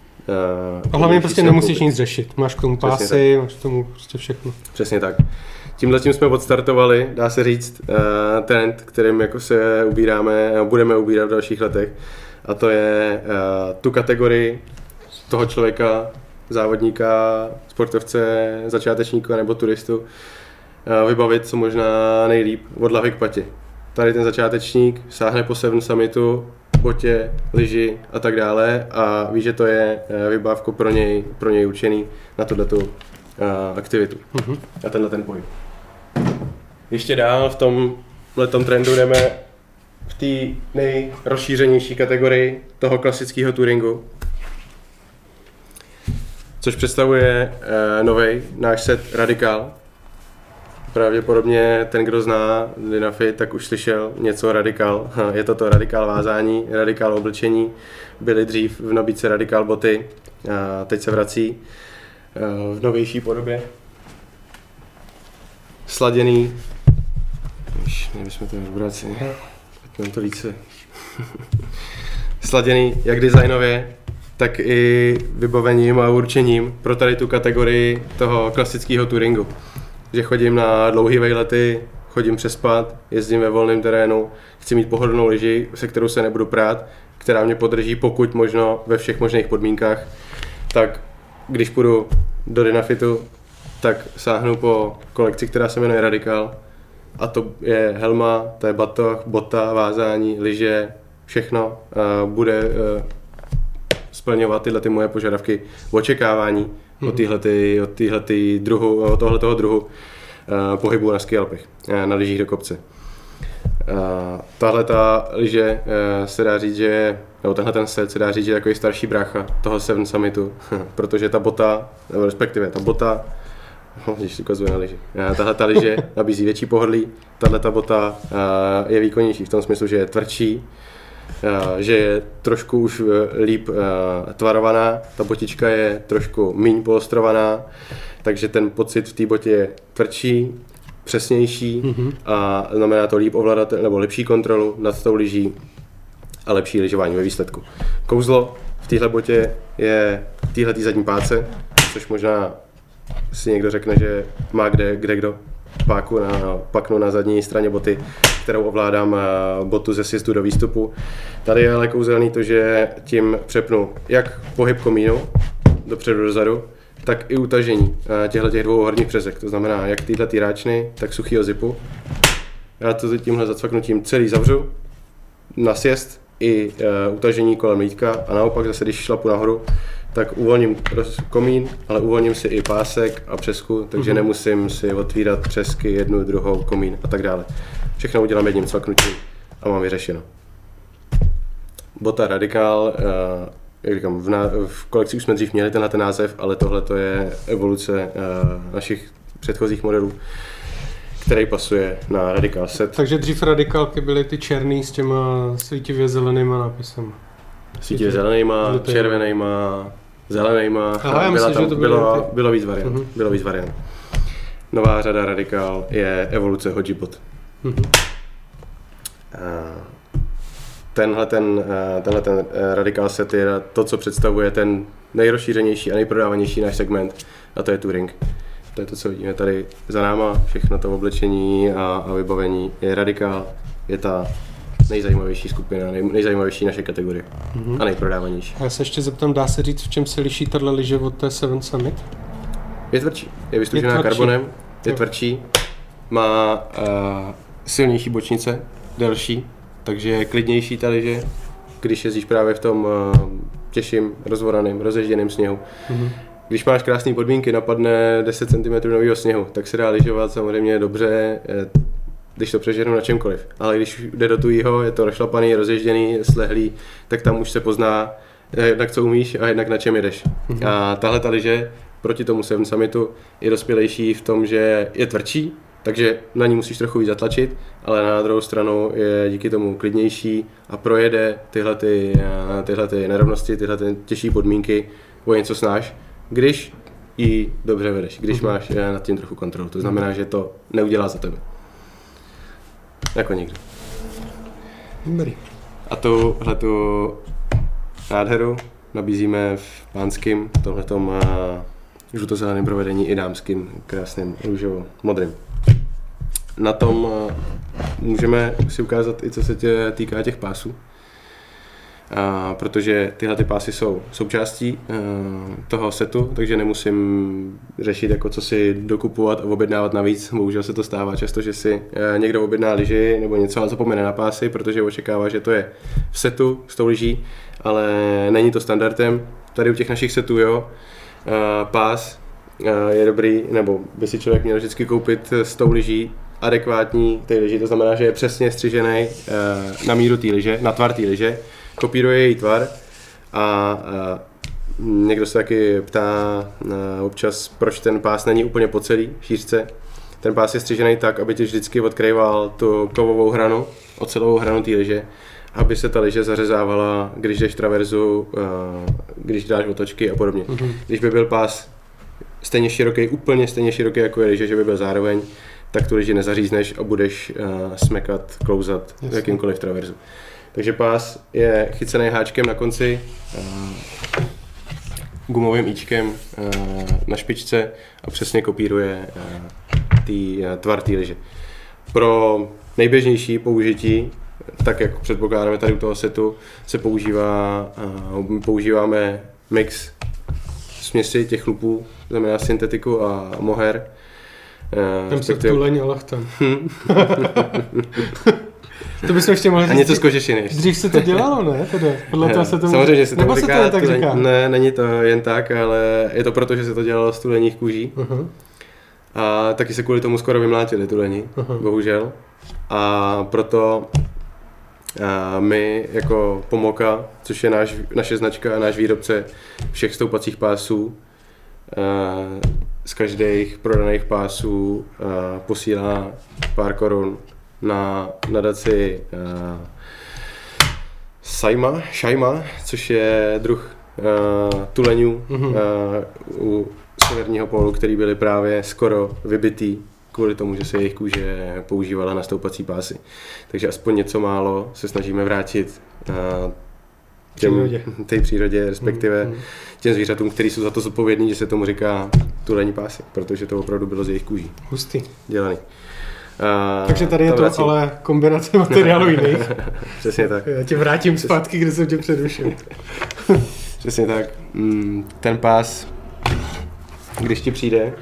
Uh, a hlavně prostě nemusíš nic řešit. Máš k tomu pásy, máš k tomu prostě všechno. Přesně tak. tímhle tím jsme odstartovali, dá se říct, uh, trend, kterým jako se ubíráme a budeme ubírat v dalších letech. A to je uh, tu kategorii toho člověka, závodníka, sportovce, začátečníka nebo turistu uh, vybavit co možná nejlíp od hlavy k pati. Tady ten začátečník sáhne po Seven Summitu, botě, lyži a tak dále a ví, že to je vybávko pro něj, pro něj určený na tuhletu uh, aktivitu mm-hmm. a tenhle ten pohyb. Ještě dál v tomhletom trendu jdeme v té nejrozšířenější kategorii toho klasického touringu, což představuje uh, novej náš set Radical. Pravděpodobně ten, kdo zná Dynafit, tak už slyšel něco Radical. Je to to Radical vázání, Radical oblečení. Byly dřív v nabídce Radical boty, a teď se vrací v novější podobě. Sladěný. Už nebychom to odvraceli. Mám to více. Sladěný jak designově, tak i vybavením a určením pro tady tu kategorii toho klasického touringu. Že chodím na dlouhé vejlety, chodím přespat, jezdím ve volném terénu, chci mít pohodlnou lyži, se kterou se nebudu prát, která mě podrží pokud možno ve všech možných podmínkách. Tak když půjdu do Dynafitu, tak sáhnu po kolekci, která se jmenuje Radical. A to je helma, to je batoh, bota, vázání, lyže, všechno bude splňovat tyhle ty moje požadavky, očekávání mm-hmm. od téhletý, od téhletý druhu, od tohletoho druhu uh, pohybu na ski alpech, uh, na lyžích do kopce. Uh, tahle ta lyže uh, se dá říct, že, nebo tenhle ten set se dá říct, že je takový starší brácha toho Seven Summitu, protože ta bota, nebo respektive ta bota, když si ukazuje na lyži, uh, tahle ta lyže nabízí větší pohodlí, tahle ta bota uh, je výkonnější v tom smyslu, že je tvrdší, že je trošku už líp tvarovaná, ta botička je trošku míň poostrovaná, takže ten pocit v té botě je tvrdší, přesnější mm-hmm. a znamená to líp ovládat nebo lepší kontrolu nad tou lyží a lepší lyžování ve výsledku. Kouzlo v téhle botě je v téhletý zadní páce, což možná si někdo řekne, že má kde, kde kdo páku na, paknu na zadní straně boty, kterou ovládám botu ze sjezdu do výstupu. Tady je ale kouzelný to, že tím přepnu jak pohyb komínu dopředu dozadu, tak i utažení těchto těch dvou horních přezek. To znamená jak tyhle ty ráčny, tak suchýho zipu. Já to tímhle zacvaknutím celý zavřu na sjezd i uh, utažení kolem lítka a naopak zase, když šlapu nahoru, tak uvolním komín, ale uvolním si i pásek a přesku, takže mm-hmm. nemusím si otvírat přesky, jednu, druhou, komín a tak dále. Všechno udělám jedním cvaknutím a mám vyřešeno. Bota Radical, uh, jak říkám, v, ná- v kolekci už jsme dřív měli tenhle ten název, ale tohle to je evoluce uh, našich předchozích modelů, který pasuje na Radical set. Takže dřív Radicalky byly ty černý s těma svítivě zelenýma nápisama. Svítivě zelenýma, červenýma, zelenýma. Aha, já myslím, tam, že to bylo, ty... bylo víc variant. Uh-huh. Bylo víc variant. Nová řada Radical je evoluce Hoji bot. Uh-huh. Tenhle ten, tenhle ten Radical set je to, co představuje ten nejrozšířenější a nejprodávanější náš segment, a to je touring. To je to, co vidíme tady za náma, všechno to oblečení a, a vybavení je Radical, je ta nejzajímavější skupina, nej, nejzajímavější naše kategorie mm-hmm. a nejprodávanější. A já se ještě zeptám, dá se říct, v čem se liší tato lyže od té Seven Summit? Je tvrdší, je vystužená karbonem, je jo. tvrdší, má uh, silnější bočnice, delší, takže je klidnější ta lyže, když jezdíš právě v tom uh, těžším, rozvoraným, rozežděným sněhu. Mm-hmm. Když máš krásné podmínky, napadne deset centimetrů nového sněhu, tak se dá lyžovat samozřejmě dobře, když to přeženu na čemkoliv. Ale když jde do tujího, je to rozšlapaný, rozježděný, slehlý, tak tam už se pozná jednak co umíš a jednak na čem jedeš. Mm-hmm. A tahle ta lyže proti tomu Seven Summitu je dospělejší v tom, že je tvrdší, takže na ní musíš trochu víc zatlačit, ale na druhou stranu je díky tomu klidnější a projede tyhle, ty, tyhle ty nerovnosti, tyhle ty těžší podmínky o něco snáš, když ji dobře vedeš, když uh-huh. máš nad tím trochu kontrolu. To znamená, že to neudělá za tebe. Jako nikdo. Dobrý. A tuhletu nádheru nabízíme v pánským, tohletom žlutozeleném provedení i dámským krásným růžovo modrým. na tom můžeme si ukázat i co se tě týká těch pásů. A protože tyhle ty pásy jsou součástí uh, toho setu, takže nemusím řešit, jako co si dokupovat a objednávat navíc. Bohužel se to stává často, že si uh, někdo objedná lyži nebo něco a zapomene na pásy, protože očekává, že to je v setu s tou lyží, ale není to standardem. Tady u těch našich setů, jo, uh, pás uh, je dobrý, nebo by si člověk měl vždycky koupit s tou lyží adekvátní té lyži, to znamená, že je přesně střižený uh, na míru té lyže, na tvar té lyže, kopíruje její tvar a, a někdo se taky ptá a, občas, proč ten pás není úplně po celý šířce. Ten pás je střižený tak, aby ti vždycky odkrýval tu kovovou hranu, ocelovou hranu té lyže, aby se ta lyže zařezávala, když jdeš traverzu, a, když dáš otočky a podobně. Mm-hmm. Když by byl pás stejně široký, úplně stejně široký jako je lyže, že by byl zároveň, tak tu lyži nezařízneš a budeš a, smekat, klouzat v jakýmkoliv traverzu. Takže pás je chycený háčkem na konci, uh, gumovým íčkem uh, na špičce a přesně kopíruje uh, tý, uh, tvar té lyže. Pro nejběžnější použití, tak jak předpokládáme tady u toho setu, se používá, uh, používáme mix směsi těch chlupů, znamená syntetiku a mohair. Uh, Tam se tuleň a lachtan. To bychom ještě mohli říct. A něco z kožešiny. Dřív se to dělalo, ne? Teda, podle toho se to samozřejmě, že se nebo to se říká, to tak říká? Ne, není to jen tak, ale je to proto, že se to dělalo z tuleních kůží. Uh-huh. A taky se kvůli tomu skoro vymlátili tuleni, uh-huh. bohužel. A proto a my jako Pomoka, což je náš, naše značka a náš výrobce všech stoupacích pásů, a z každých prodaných pásů posílá pár korun na nadaci uh, Sajma, Šajma, což je druh uh, tuleňů mm-hmm. uh, u severního pólu, který byly právě skoro vybitý kvůli tomu, že se jejich kůže používala na stoupací pásy. Takže aspoň něco málo se snažíme vrátit uh, těm, té přírodě, respektive mm-hmm. těm zvířatům, kteří jsou za to zodpovědní, že se tomu říká tulení pásy, protože to opravdu bylo z jejich kůží. Hustý. Dělaný. Uh, Takže tady je to vracím. Ale kombinace materiálů jiných. Přesně tak. Já tě vrátím Přesně. zpátky, kde jsem tě předušil. Přesně tak. Ten pás, když ti přijde,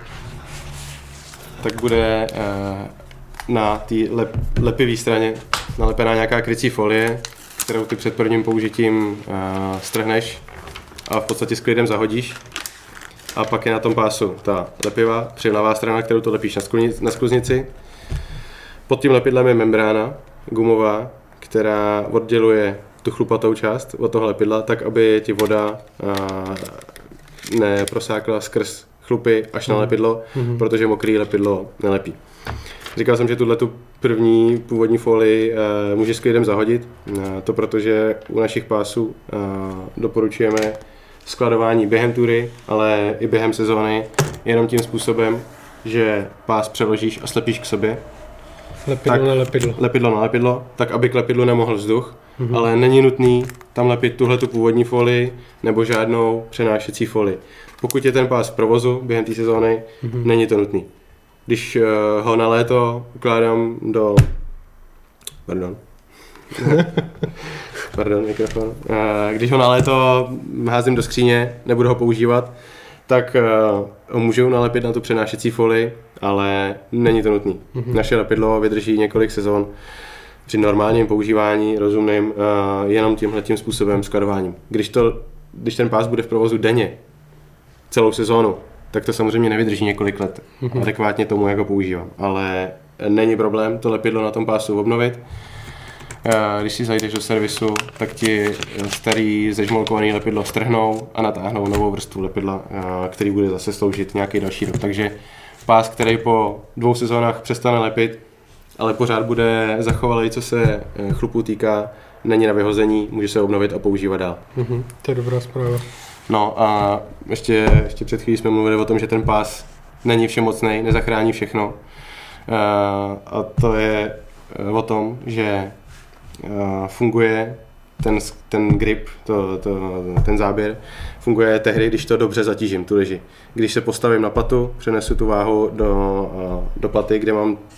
tak bude uh, na té lep, lepivé straně nalepená nějaká krycí folie, kterou ty před prvním použitím uh, strhneš a v podstatě s klidem zahodíš. A pak je na tom pásu ta lepivá, přivlavá strana, kterou to lepíš na, skluznici, na skluznici. Pod tím lepidlem je membrána gumová, která odděluje tu chlupatou část od toho lepidla, tak aby ti voda a, neprosákla skrz chlupy až na lepidlo, mm-hmm. protože mokrý lepidlo nelepí. Říkal jsem, že tuhle tu první původní folii e, můžeš s klidem zahodit, e, to protože u našich pásů e, doporučujeme skladování během tury, ale i během sezóny, jenom tím způsobem, že pás přeložíš a slepíš k sobě. Lepidlo tak, na lepidlo. Lepidlo na lepidlo, tak aby k lepidlu nemohl vzduch, mm-hmm. ale není nutný tam lepit tuhletu původní folii nebo žádnou přenášecí folii. Pokud je ten pás v provozu během té sezóny, mm-hmm. není to nutný. Když uh, ho na léto ukládám do... Pardon. Pardon, mikrofon. Uh, když ho na léto házím do skříně, nebudu ho používat, tak uh, ho můžu nalepit na tu přenášecí folii, ale není to nutný. Mm-hmm. Naše lepidlo vydrží několik sezon při normálním používání, rozumným, uh, jenom tímhletím způsobem skladováním. Když, to, když ten pás bude v provozu denně, celou sezónu, tak to samozřejmě nevydrží několik let. Mm-hmm. Adekvátně tomu, jak ho používám. Ale není problém to lepidlo na tom pásu obnovit. Když si zajdeš do servisu, tak ti starý zežmolkovaný lepidlo strhnou a natáhnou novou vrstvu lepidla, který bude zase sloužit nějaký další rok. Takže pás, který po dvou sezónách přestane lepit, ale pořád bude zachovalý, co se chlupů týká, není na vyhození, může se obnovit a používat dál. Mm-hmm, to je dobrá zpráva. No a ještě, ještě před chvílí jsme mluvili o tom, že ten pás není všemocnej, nezachrání všechno. A to je o tom, že funguje ten, ten grip, to, to, ten záběr, funguje tehdy, když to dobře zatížím, tu lyži. Když se postavím na patu, přenesu tu váhu do, do paty, kde mám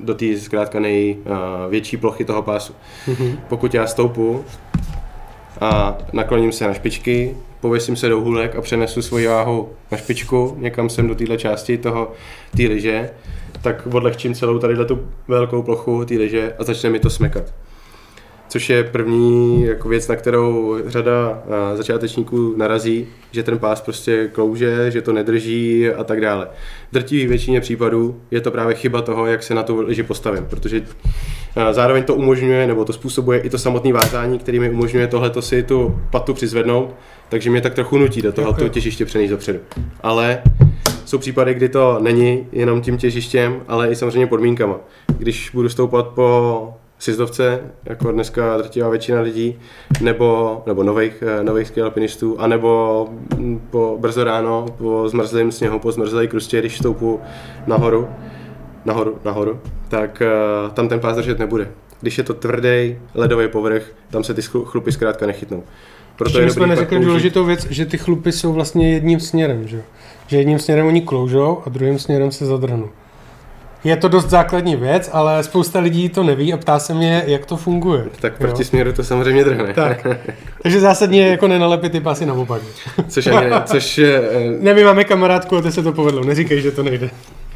do té zkrátka největší plochy toho pásu. Mm-hmm. Pokud já stoupu a nakloním se na špičky, pověsím se do hůlek a přenesu svoji váhu na špičku někam sem do téhle části toho té lyže, tak odlehčím celou tady tu velkou plochu té lyže a začne mi to smekat. Což je první jako věc, na kterou řada začátečníků narazí, že ten pás prostě klouže, že to nedrží a tak dále. V drtivé většině případů je to právě chyba toho, jak se na tu lyži postavím, protože zároveň to umožňuje, nebo to způsobuje i to samotné vázání, který mi umožňuje tohleto si tu patu přizvednout, takže mě tak trochu nutí do toho to těžiště přenést dopředu. Ale jsou případy, kdy to není jenom tím těžištěm, ale i samozřejmě podmínkama. Když budu stoupat po sjezdovce, jako dneska drtivá většina lidí, nebo, nebo nových, nových ski alpinistů, anebo po brzo ráno, po zmrzlém sněhu, po zmrzlé krustě, když stoupu nahoru, nahoru, nahoru, tak uh, tam ten pás držet nebude. Když je to tvrdý ledový povrch, tam se ty chlupy zkrátka nechytnou. Proto je jsme neřekli důležitou věc, že ty chlupy jsou vlastně jedním směrem, že? Že jedním směrem oni kloužou a druhým směrem se zadrhnou. Je to dost základní věc, ale spousta lidí to neví a ptá se mě, jak to funguje. Tak proti směru to samozřejmě drhne. Tak. Takže zásadně jako nenalepit ty pásy na opak. Což ani ne, což... Ne, my máme kamarádku a to se to povedlo. Neříkej, že to nejde.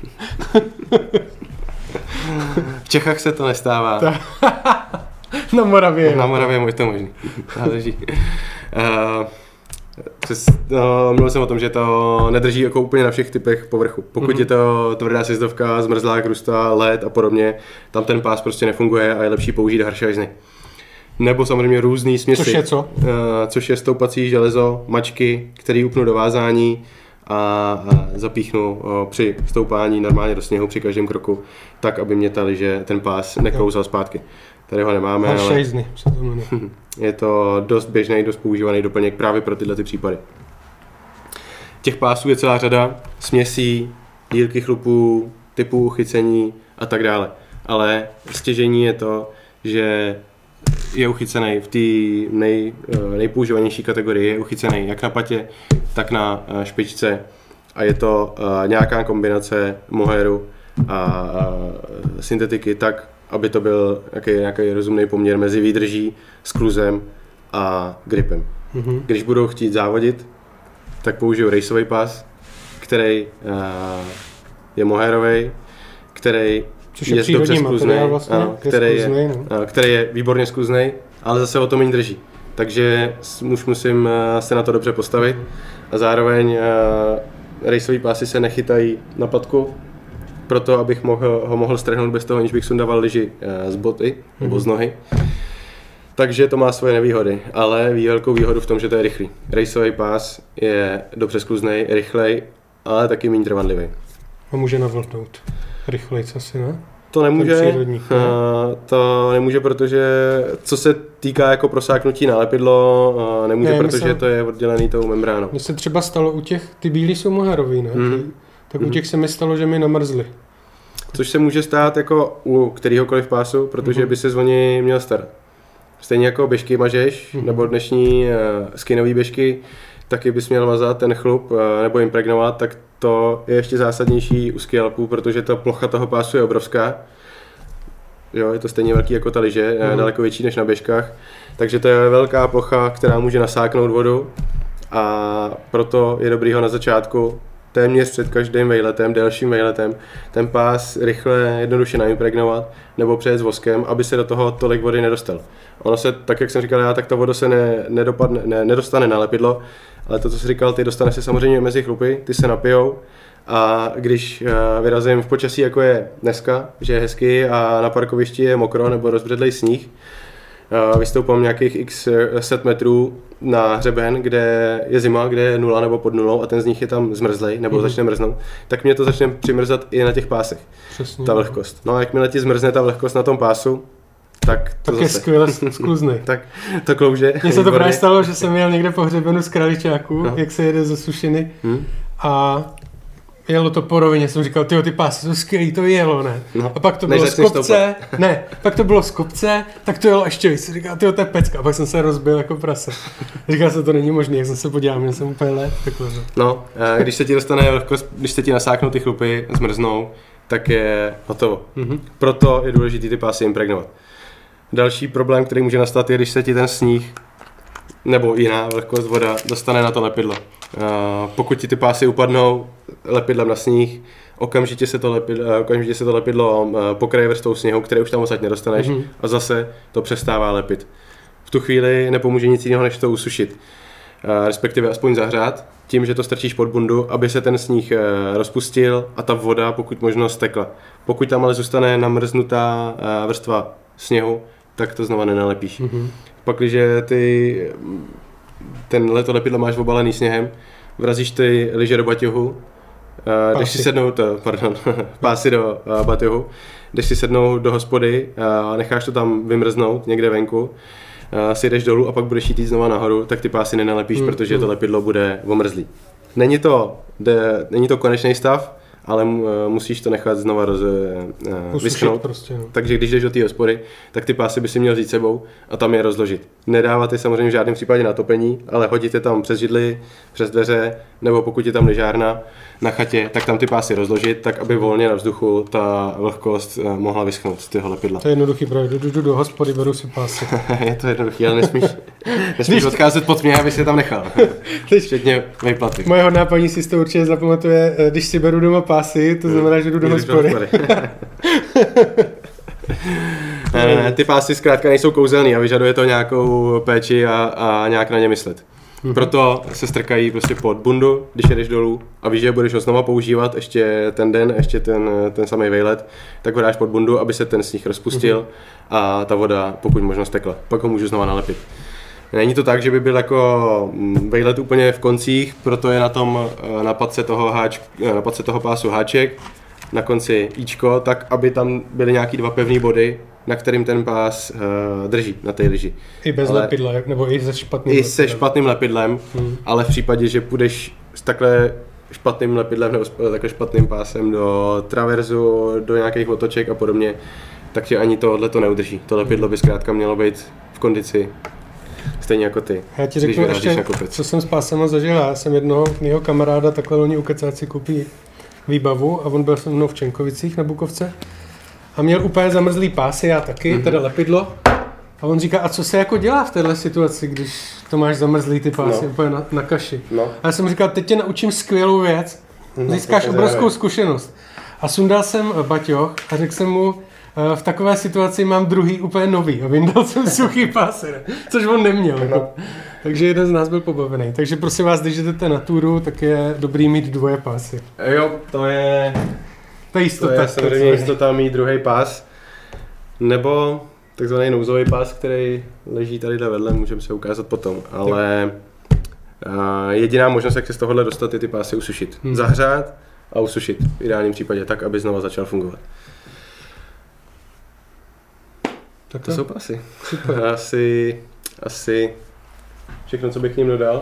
V Čechách se to nestává. Na Moravě. Na Moravě je to možný. Záleží. Uh, Přes, no, mluvil jsem o tom, že to nedrží jako úplně na všech typech povrchu. Pokud mm-hmm. je to tvrdá sjezdovka, zmrzlá krusta, led a podobně, tam ten pás prostě nefunguje a je lepší použít haršajzny. Nebo samozřejmě různý směsi. Což je co? Uh, což je stoupací železo, mačky, který upnu do vázání a, a zapíchnu uh, při stoupání normálně do sněhu při každém kroku, tak, aby mě ta lyže, ten pás neklouzal zpátky. Tady ho nemáme, haršajzny, se to jmenuje. Je to dost běžný, dost používaný doplněk právě pro tyhle ty případy. Těch pásů je celá řada, směsí, dílky chlupů, typů uchycení a tak dále. Ale stěžení je to, že je uchycený v té nej, nejpoužívanější kategorii, je uchycený jak na patě, tak na špičce a je to nějaká kombinace mohairu a syntetiky tak, aby to byl nějaký, nějaký rozumný poměr mezi výdrží, skluzem a gripem. Mm-hmm. Když budou chtít závodit, tak použiju raceový pás, který uh, je mohairový, který Což je, je dobře skluznej, vlastně, ano, je který, skluznej, je, no. který je výborně skluznej, ale zase o to méně drží. Takže už musím uh, se na to dobře postavit a zároveň uh, raceový pásy se nechytají na patku, proto abych mohl, ho mohl strhnout bez toho, aniž bych sundával lyži z boty mm-hmm. nebo z nohy. Takže to má svoje nevýhody, ale velkou výhodu v tom, že to je rychlý. Raceový pás je dobře skluznej, rychlej, ale taky méně trvanlivý. A může navlhnout rychlejc asi, ne? To nemůže, přírodní, ne? to nemůže, protože co se týká jako prosáknutí na lepidlo, nemůže, ne, protože myslím, to je oddělený tou membránou. Mně se třeba stalo u těch, ty bílí jsou moharový, ne? Mm. Tak u těch se mi stalo, že mi namrzly. Což se může stát jako u kterýhokoliv pásu, protože mm. by se zvoni měl starat. Stejně jako běžky mažeš, mm. nebo dnešní uh, skinové běžky, taky bys měl mazat ten chlup uh, nebo impregnovat, tak to je ještě zásadnější u ski alpů, protože ta plocha toho pásu je obrovská. Jo, je to stejně velký jako ta lyže, mm. daleko větší než na běžkách. Takže to je velká plocha, která může nasáknout vodu a proto je dobrý ho na začátku téměř před každým vejletem, delším vejletem, ten pás rychle, jednoduše naimpregnovat nebo přejet s voskem, aby se do toho tolik vody nedostal. Ono se, tak jak jsem říkal já, tak ta voda se ne, nedopadne, ne, nedostane na lepidlo, ale to, co jsi říkal, ty dostane se samozřejmě mezi chlupy, ty se napijou a když uh, vyrazím v počasí, jako je dneska, že je hezky a na parkovišti je mokro nebo rozbředlej sníh, uh, vystoupám nějakých x set metrů na hřeben, kde je zima, kde je nula nebo pod nulou a ten z nich je tam zmrzlej nebo mm-hmm. začne mrznout, tak mě to začne přimrzat i na těch pásech. Přesně. Ta vlhkost. No a jakmile ti zmrzne ta vlhkost na tom pásu, tak to tak je skvěle skluznej. Tak to klouže. Mně se to právě stalo, že jsem jel někde po hřebenu z Kraličáku, no. jak se jede ze Sušiny hmm. a jelo to po rovině, jsem říkal, tyjo, ty pásy jsou skvělý, to jelo, ne? No. A pak to bylo z kopce, ne, pak to bylo z kopce, tak to jelo ještě víc, říkal, tyjo, to je pecka, a pak jsem se rozbil jako prase. Říkal jsem, to není možné, jak jsem se podíval, měl jsem úplně let, takhle. No, když se ti dostane vlhkost, když se ti nasáknou ty chlupy, zmrznou, tak je hotovo. Mm-hmm. Proto je důležité ty pásy impregnovat. Další problém, který může nastat, je, když se ti ten sníh nebo jiná vlhkost voda dostane na to lepidlo. Uh, pokud ti ty pásy upadnou lepidlem na sníh, okamžitě se to lepidlo, okamžitě se to lepidlo uh, pokryje vrstvou sněhu, které už tam odsaď nedostaneš mm-hmm. a zase to přestává lepit. V tu chvíli nepomůže nic jiného, než to usušit. Uh, respektive aspoň zahřát, tím, že to strčíš pod bundu, aby se ten sníh uh, rozpustil a ta voda pokud možno stekla. Pokud tam ale zůstane namrznutá uh, vrstva sněhu, tak to znova nenalepíš. Mm-hmm. Pak, když ty ten to lepidlo máš obalený sněhem, vrazíš ty lyže do baťohu, jdeš si sednout, pardon, pásy do uh, baťohu, jdeš si sednout do hospody a necháš to tam vymrznout někde venku, uh, si jdeš dolů a pak budeš jít znova nahoru, tak ty pásy nenalepíš, mm, protože mm. to lepidlo bude omrzlý. Není to, de, není to konečný stav, ale musíš to nechat znova roz, uh, vyschnout. Prostě, no. Takže když jdeš do té hospody, tak ty pásy by si měl vzít sebou a tam je rozložit. Nedávat je samozřejmě v žádném případě na topení, ale hodit je tam přes židli, přes dveře, nebo pokud je tam lyžárna na chatě, tak tam ty pásy rozložit, tak aby volně na vzduchu ta vlhkost uh, mohla vyschnout z toho lepidla. To je jednoduchý, protože jdu, jdu do hospody, beru si pásy. Je to jednoduchý, ale nesmíš, nesmíš odcházet pod mě, aby si je tam nechal. Včetně vejplaty. Moje hodná paní si to určitě zapamatuje, když si beru doma pásy, to znamená, že jdu do hospody. ne, ne, ne, ty pásy zkrátka nejsou kouzelný a vyžaduje to nějakou péči a, a nějak na ně myslet. Mm-hmm. Proto se strkají prostě pod bundu, když jedeš dolů a víš, že budeš ho znova používat ještě ten den, ještě ten, ten samý vejlet, tak ho dáš pod bundu, aby se ten sníh rozpustil mm-hmm. a ta voda pokud možno stekla. Pak ho můžu znova nalepit. Není to tak, že by byl jako vejlet úplně v koncích, proto je na tom na padce toho, háč, na padce toho pásu háček, na konci íčko, tak aby tam byly nějaký dva pevný body, na kterým ten pás uh, drží na té lyži. I bez ale lepidla, nebo i se špatným I lepidlem. se špatným lepidlem, hmm. ale v případě, že půjdeš s takhle špatným lepidlem nebo s takhle špatným pásem do traverzu, do nějakých otoček a podobně, tak tě ani tohle to neudrží. To lepidlo by zkrátka mělo být v kondici stejně jako ty. Já ti řeknu ještě, co jsem s pásem zažil. Já jsem jednoho mýho kamaráda takhle loni u kecáci koupí výbavu a on byl se mnou v Čenkovicích na Bukovce a měl úplně zamrzlý pásy, já taky, mm-hmm. teda lepidlo. A on říká, a co se jako dělá v téhle situaci, když to máš zamrzlý ty pásy, no. úplně na, na kaši. No. A já jsem říkal, teď tě naučím skvělou věc, no, získáš obrovskou zkušenost. A sundal jsem baťoch a řekl jsem mu, v takové situaci mám druhý úplně nový a vyndal jsem suchý pásy, ne? Což on neměl. No. Takže jeden z nás byl pobavený. Takže prosím vás, když jdete na túru, tak je dobrý mít dvoje pásy. Jo, to je... To je jistota. To je samozřejmě jistota mít druhý pás. Nebo takzvaný nouzový pás, který leží tady vedle, můžeme se ukázat potom. Ale a jediná možnost, jak se z tohohle dostat, je ty pásy usušit. Hmm. Zahřát a usušit. V ideálním případě tak, aby znova začal fungovat. Tak to, to jsou pásy. Super. Asi, asi všechno, co bych k ním dodal.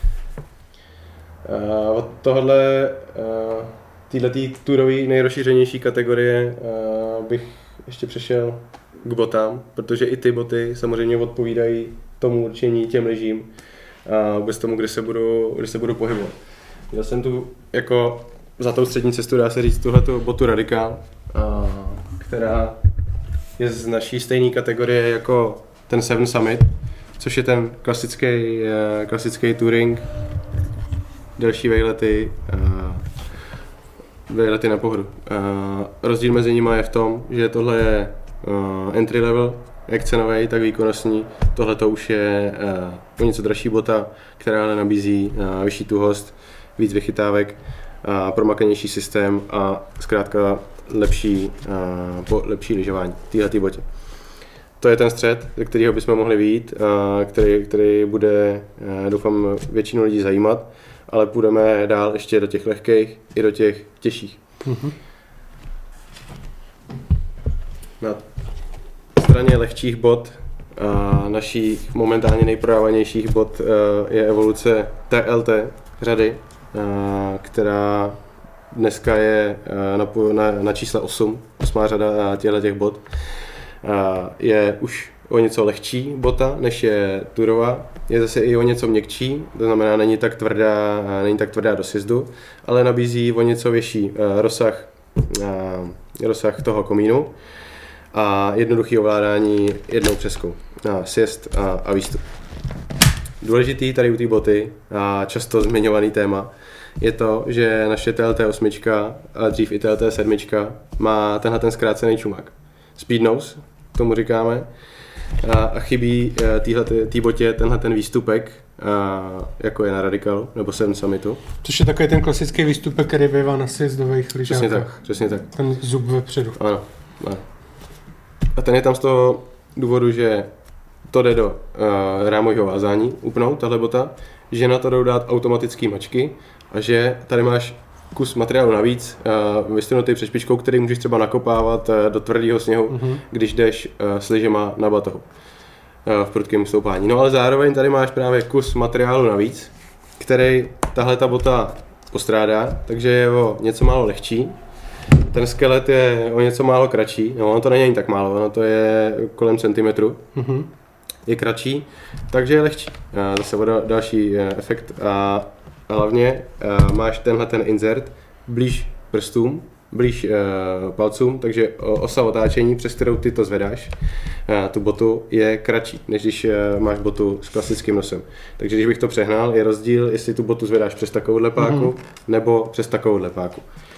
Uh, od tohohle, uh, téhletý turový nejrozšířenější kategorie uh, bych ještě přešel k botám, protože i ty boty samozřejmě odpovídají tomu určení těm lyžím a vůbec tomu, kde se budu, kde se budu pohybovat. Já jsem tu jako za tou střední cestu, dá se říct, tuhletu botu Radikál, uh, která je z naší stejné kategorie jako ten Seven Summit, což je ten klasický, klasický touring, delší vejlety, vejlety na pohodu. Rozdíl mezi nimi je v tom, že tohle je entry level, jak cenový, tak výkonnostní. Tohle to už je o něco dražší bota, která ale nabízí vyšší tuhost, víc vychytávek, promakanější systém a zkrátka lepší, uh, lepší lyžování v této botě. To je ten střed, ze kterého bychom mohli vyjít, uh, který, který bude, uh, doufám, většinu lidí zajímat, ale půjdeme dál ještě do těch lehkých i do těch těžších. Mm-hmm. Na straně lehčích bot uh, našich momentálně nejprodávanějších bot uh, je evoluce T L T řady, uh, která dneska je na, na, na čísle osm, osmá řada těchto těch bot. Je už o něco lehčí bota, než je turová. Je zase i o něco měkčí, to znamená, není tak tvrdá, není tak tvrdá do sjezdu, ale nabízí o něco větší rozsah rozsah toho komínu a jednoduché ovládání jednou přeskou na sjezd a, a výstup. Důležitý tady u té boty a často zmiňovaný téma je to, že naše T L T osm a dřív i T L T sedm má tenhle ten zkrácený čumák. Speed nose, tomu říkáme, a, a chybí té botě tenhle ten výstupek, a, jako je na Radicalu nebo sedm Summitu. Což je takový ten klasický výstupek, který bývá na sjezdových lyžákách. Přesně tak, přesně tak. Ten zub vepředu. Ano, ano. A ten je tam z toho důvodu, že to jde do uh, rámového vázání upnout, tahle bota, že na to jdou dát automatický mačky a že tady máš kus materiálu navíc, uh, vystrnutý před špičkou, který můžeš třeba nakopávat uh, do tvrdého sněhu, mm-hmm. když jdeš uh, s lyžema na batohu uh, v prudkém stoupání. No ale zároveň tady máš právě kus materiálu navíc, který tahle ta bota postrádá, takže je o něco málo lehčí. Ten skelet je o něco málo kratší, no ono to není tak málo, ono to je kolem centimetru. Mm-hmm. Je kratší, takže je lehčí. A zase bude další efekt a hlavně máš tenhle ten insert blíž prstům, blíž palcům, takže osa otáčení, přes kterou ty to zvedáš, tu botu, je kratší, než když máš botu s klasickým nosem. Takže když bych to přehnal, je rozdíl, jestli tu botu zvedáš přes takovouhle páku, mm-hmm. nebo přes takovouhle páku.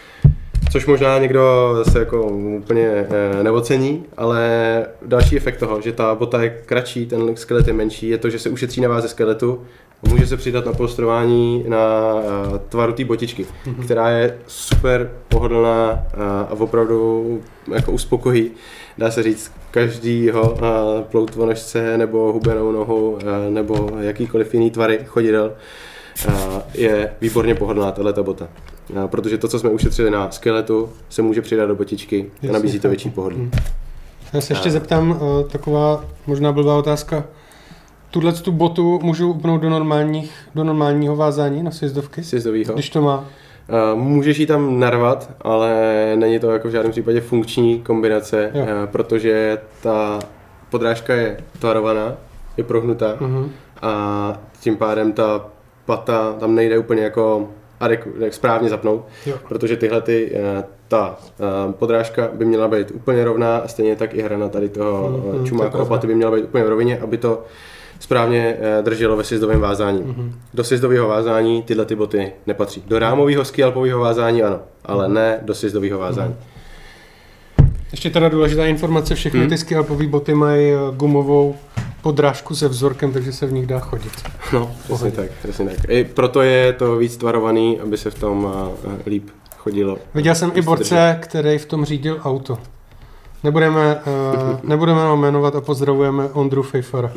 Což možná někdo zase jako úplně e, neocení, ale další efekt toho, že ta bota je kratší, ten skelet je menší, je to, že se ušetří na váze skeletu a může se přidat na polstrování na e, tvaru té botičky, mm-hmm. která je super pohodlná a, a opravdu jako uspokojí, dá se říct, každýho e, ploutvonožce nebo hubenou nohu e, nebo jakýkoliv jiný tvary chodidel. A je výborně pohodlná tato bota. A protože to, co jsme ušetřili na skeletu, se může přidat do botičky a nabízí to větší pohodlí. Hmm. Já se ještě a... zeptám, uh, taková možná blbá otázka. Tuhle tu botu můžu upnout do, normálních, do normálního vázání na sjezdovky? Sjezdovýho. Když to má? Uh, můžeš ji tam narvat, ale není to jako v žádném případě funkční kombinace, uh, protože ta podrážka je tvarovaná, je prohnutá uh-huh. a tím pádem ta pata tam nejde úplně jako adek, správně zapnout, jo. protože tyhle ty, ta podrážka by měla být úplně rovná a stejně tak i hrana tady toho mm, čumáku a paty by měla být úplně v rovině, aby to správně drželo ve sjezdovém vázání. Mm-hmm. Do sjezdového vázání tyhle ty boty nepatří. Do rámového skialpového vázání ano, ale ne do sjezdového vázání. Mm. Ještě teda důležitá informace, všechny hmm. ty skialpové boty mají gumovou podrážku se vzorkem, takže se v nich dá chodit. No, přesně tak, přesně tak. I proto je to víc tvarovaný, aby se v tom uh, líp chodilo. Viděl jsem i borce, který v tom řídil auto. Nebudeme, uh, nebudeme ho jmenovat a pozdravujeme Ondru Fejfara.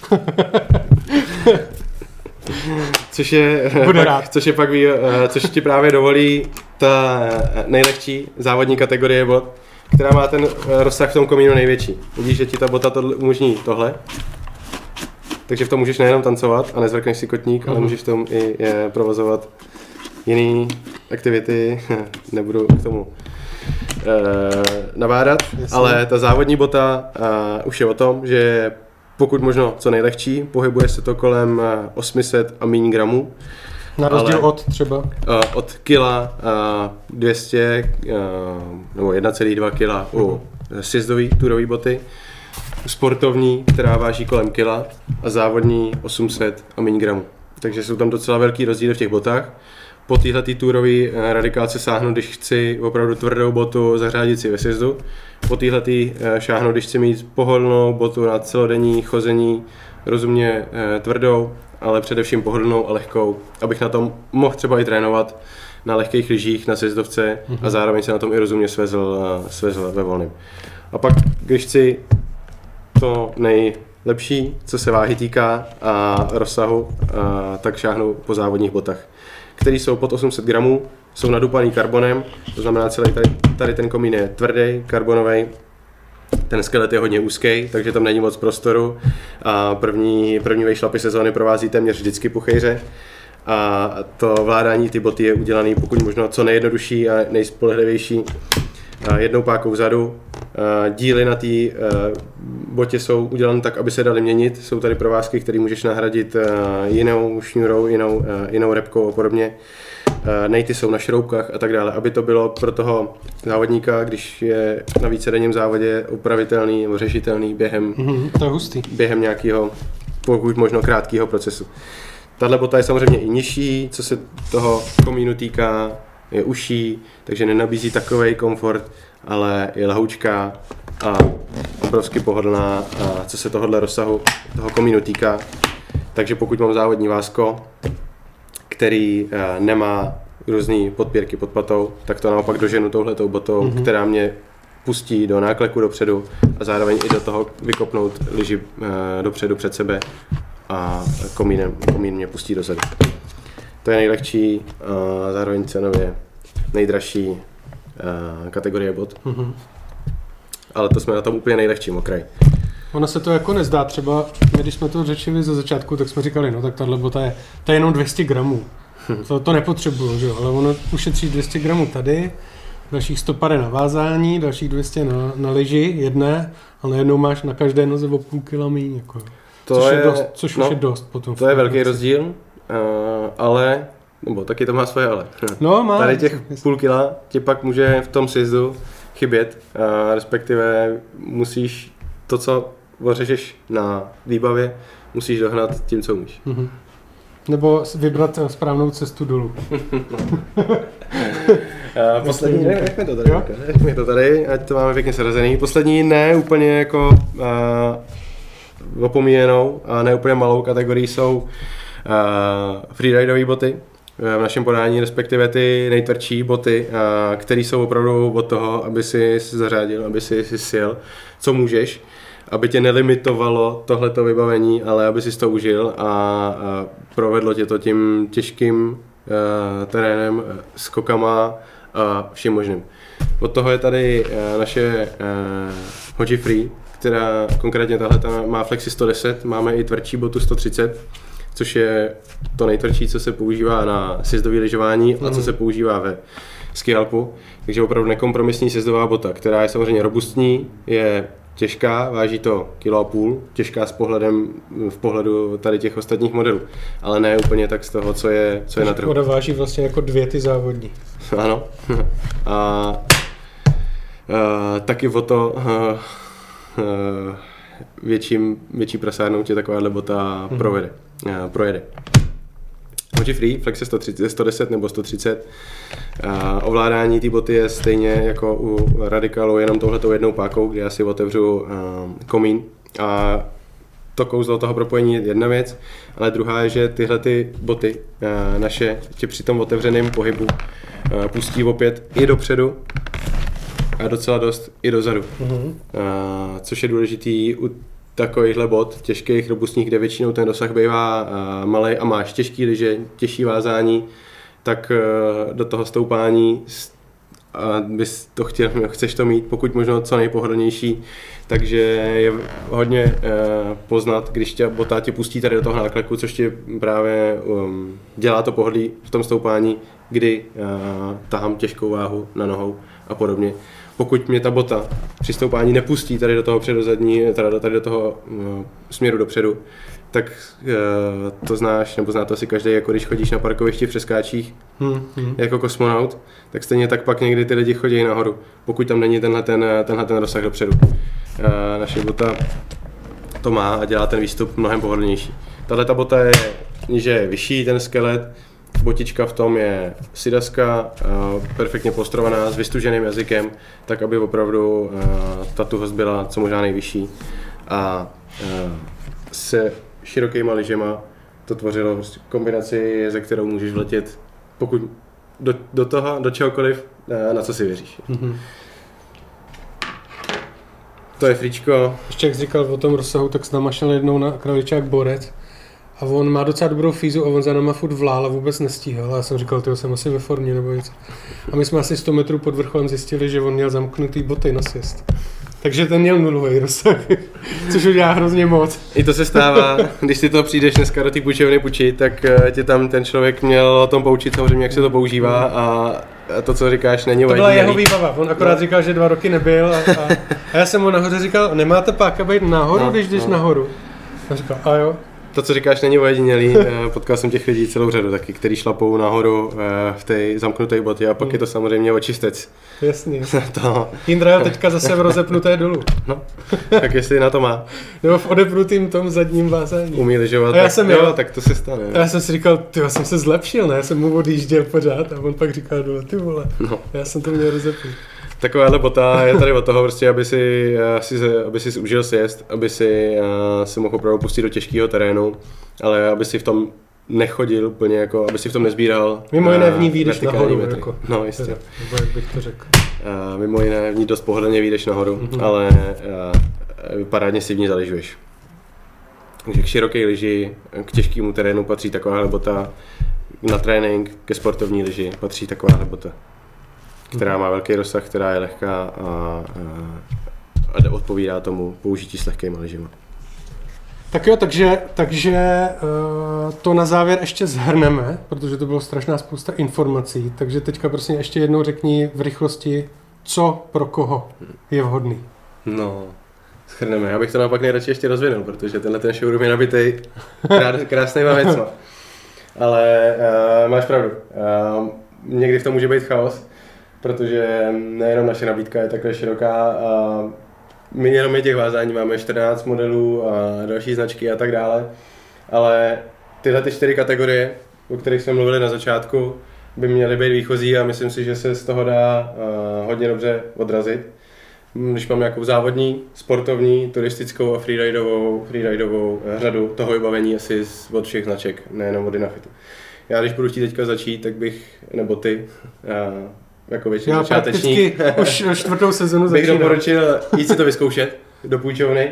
což, je, pak, což je pak, uh, což ti právě dovolí ta nejlehčí závodní kategorie bot, která má ten rozsah v tom komínu největší. Vidíš, že ti ta bota to umožní tohle. Takže v tom můžeš nejenom tancovat a nezvrkneš si kotník, mm-hmm. ale můžeš v tom i je, provozovat jiné aktivity. Nebudu k tomu e, nabádat, Jasně. ale ta závodní bota e, už je o tom, že pokud možno co nejlehčí, pohybuje se to kolem osm set a míň gramů. Na rozdíl od třeba? Uh, od kila uh, dvě stě uh, nebo jedna celá dva kila u uh, sjezdový turový boty, sportovní, která váží kolem kila a závodní osm set a méně gramů. Takže jsou tam docela velký rozdíly v těch botách. Po téhletý turový uh, radikálce sáhnu, když chci opravdu tvrdou botu zařádit si ve sjezdu. Po téhletý uh, šáhnu, když chci mít pohodlnou botu na celodenní chození, rozumně uh, tvrdou, ale především pohodlnou a lehkou, abych na tom mohl třeba i trénovat na lehkých lyžích, na sjezdovce mm-hmm. a zároveň se na tom i rozumně svezl, svezl ve volném. A pak, když chci to nejlepší, co se váhy týká a rozsahu, a tak šáhnu po závodních botách, které jsou pod osm set gramů, jsou nadupaný karbonem, to znamená celý tady, tady ten komín je tvrdý, karbonový. Ten skelet je hodně úzký, takže tam není moc prostoru a první, první vejšlapy sezóny provází téměř vždycky puchejře a to vládání ty boty je udělané pokud možno co nejjednodušší a nejspolehlivější jednou pákou vzadu. Díly na té botě jsou udělané tak, aby se daly měnit, jsou tady provázky, které můžeš nahradit jinou šňůrou, jinou, jinou repkou a podobně. nejty jsou na šroubkách a tak dále, aby to bylo pro toho závodníka, když je na vícedenním závodě upravitelný nebo řešitelný během, mm-hmm, to je hustý. během nějakého, pokud možno krátkého procesu. Tahle bota je samozřejmě i nižší, co se toho komínu týká, je uší, takže nenabízí takovej komfort, ale je lahoučká a obrovsky pohodlná, a co se tohohle rozsahu toho komínu týká. Takže pokud mám závodní vásko, který uh, nemá různý podpěrky pod patou, tak to naopak doženu touhletou botou, mm-hmm. která mě pustí do nákleku dopředu a zároveň i do toho vykopnout lyži uh, dopředu před sebe a komínem, komín mě pustí dozadu. To je nejlehčí a zároveň cenově nejdražší uh, kategorie bot. Mm-hmm. Ale to jsme na tom úplně nejlehčím okraji. Ono se to jako nezdá, třeba my, když jsme to řečili ze začátku, tak jsme říkali, no tak tahle bota je, to je jenom dvě stě gramů. To, to nepotřebuju, že jo, ale ono ušetří dvě stě gramů tady, dalších sto pade na vázání, dalších dvě stě na, na lyži jedné, a najednou máš na každé noze o půl kila míň, jako. To což je, je dost, což no, už je dost potom. To je velký rozdíl, uh, ale, nebo taky to má svoje ale. No, má. Tady těch půl kila ti pak může v tom sjezdu chybět, uh, respektive musíš to, co ořežeš na výbavě, musíš dohnat tím, co umíš. Mm-hmm. Nebo vybrat správnou cestu dolů. Poslední, ne, nechme to tady, nechme to tady, ať to máme pěkně srazený. Poslední ne úplně jako uh, opomíjenou a ne úplně malou kategorii jsou uh, freeridové boty. V našem podání, respektive ty nejtvrdší boty, uh, které jsou opravdu od toho, aby si zařádil, aby si, si sjel, co můžeš, aby tě nelimitovalo tohleto vybavení, ale aby si to užil a, a provedlo tě to tím těžkým uh, terénem, skokama a vším možným. Od toho je tady uh, naše uh, Hoji Free, která konkrétně tahle má Flexi sto deset, máme i tvrdší botu sto třicet, což je to nejtvrdší, co se používá na sjezdové lyžování a co se používá ve ski alpu. Takže opravdu nekompromisní sjezdová bota, která je samozřejmě robustní, je těžká, váží to kilo a půl, těžká s pohledem, v pohledu tady těch ostatních modelů, ale ne úplně tak z toho, co je, co je na trhu. Ona váží vlastně jako dvě ty závodní. Ano. A, a taky o to a, a, větším, větší prasárnou tě takováhle bota hmm. provede, a, projede. Hoji Free, Flexi sto třicet, sto deset nebo sto třicet. A ovládání té boty je stejně jako u Radicalu, jenom touhletou jednou pákou, kde já si otevřu uh, komín. A to kouzlo toho propojení je jedna věc, ale druhá je, že tyhle ty boty uh, naše tě při tom otevřeném pohybu uh, pustí opět i dopředu a docela dost i dozadu. Mm-hmm. Uh, což je důležitý u takovýchhle bot, těžkých, robustních, kde většinou ten dosah bývá uh, malej a máš těžký lyže, těžší vázání, tak uh, do toho stoupání a bys to chtěl, chceš to mít, pokud možno co nejpohodlnější, takže je hodně uh, poznat, když tě bota tě pustí tady do toho nákleku, což ti právě um, dělá to pohodlí v tom stoupání, kdy uh, tahám těžkou váhu na nohou a podobně. Pokud mě ta bota při stoupání nepustí tady do toho předozadní, tady, tady do toho uh, směru dopředu, tak uh, to znáš, nebo zná to asi každý, jako když chodíš na parkovišti v přeskáčích hmm, hmm. jako kosmonaut, tak stejně tak pak někdy ty lidi chodí nahoru, pokud tam není tenhle ten, tenhle ten rozsah dopředu. Uh, naše bota to má a dělá ten výstup mnohem pohodlnější. Tahle ta bota je, že je vyšší ten skelet, botička v tom je sidaska, uh, perfektně postrovaná s vystuženým jazykem, tak aby opravdu uh, ta tuhost byla co možná nejvyšší. A uh, se širokýma lyžema to tvořilo prostě kombinaci, ze kterou můžeš vletět pokud do, do toho, do čehokoliv, uh, na co si věříš. Mm-hmm. To je fričko. Ještě jak jsi říkal o tom rozsahu, tak s náma šel jednou na kravičák borec. A on má docela dobrou fízu a on za náma furt vlál a vůbec nestíhal. A já jsem říkal, tyho jsem asi ve formě nebo něco. A my jsme asi sto metrů pod vrcholem zjistili, že on měl zamknutý boty na sjezd. Takže ten měl nulový rozsah, což udělá hrozně moc. I to se stává, když si to přijdeš dneska do té půjčovny půjčit, tak tě tam ten člověk měl o tom poučit samozřejmě, jak se to používá a to, co říkáš, není to byla jeho výbava, on akorát no. říkal, že dva roky nebyl a, a, a já jsem mu nahoře říkal, nemáte páka být nahoru, no, když jdeš no. nahoru. A říkal, a jo. To, co říkáš, není ojedinělý. Potkal jsem těch lidí celou řadu taky, který šlapou nahoru v té zamknuté botě a pak je to samozřejmě očistec. Jasně. to... Jindra teďka zase v rozepnuté dolů. No, tak jestli na to má. Nebo v odepnutým tom zadním vázání. Umí lyžovat, já tak, jsem jo, jo, tak to se stane. A já jsem si říkal, ty já jsem se zlepšil, ne? Já jsem mu odjížděl pořád a on pak říkal dole, ty vole, no. Já jsem to měl rozepnout. Takováhle bota je tady od toho, prostě, aby si, aby si užil sjezd, aby si se mohl opravdu pustit do těžkého terénu, ale aby si v tom nechodil úplně jako, aby si v tom nezbíral. Mimo jiné v ní výjdeš nahoru, metry. Jako, no jistě. Teda, nebo jak bych to řekl. Uh, mimo jiné v ní dost pohodlně výjdeš nahoru, mm-hmm. ale uh, parádně si v ní zaližuješ. Takže k široké lyži, k těžkému terénu patří takováhle bota, na trénink, ke sportovní lyži patří takováhle bota, která má velký rozsah, která je lehká a, a, a odpovídá tomu použití s lehkýma lyžima. Tak jo, takže, takže uh, to na závěr ještě zhrneme, protože to bylo strašná spousta informací, takže teďka prostě ještě jednou řekni v rychlosti, co pro koho je vhodný. No, shrneme. Já bych to naopak nejradši ještě rozvinul, protože tenhle ten showroom je nabitej krásnýma věcma. Ale uh, máš pravdu, uh, někdy v tom může být chaos, protože nejenom naše nabídka je takhle široká a my jenom těch vázání máme čtrnáct modelů a další značky a tak dále, ale tyhle ty čtyři kategorie, o kterých jsme mluvili na začátku, by měly být výchozí a myslím si, že se z toho dá uh, hodně dobře odrazit. Když mám nějakou závodní, sportovní, turistickou a freeridovou, freeridovou řadu toho vybavení asi od všech značek, nejenom od Dynafitu. Já když budu chtít teďka začít, tak bych, nebo ty, uh, jako většinou začátečník, už čtvrtou sezonu bych začínám. doporučil jít si to vyzkoušet do půjčovny,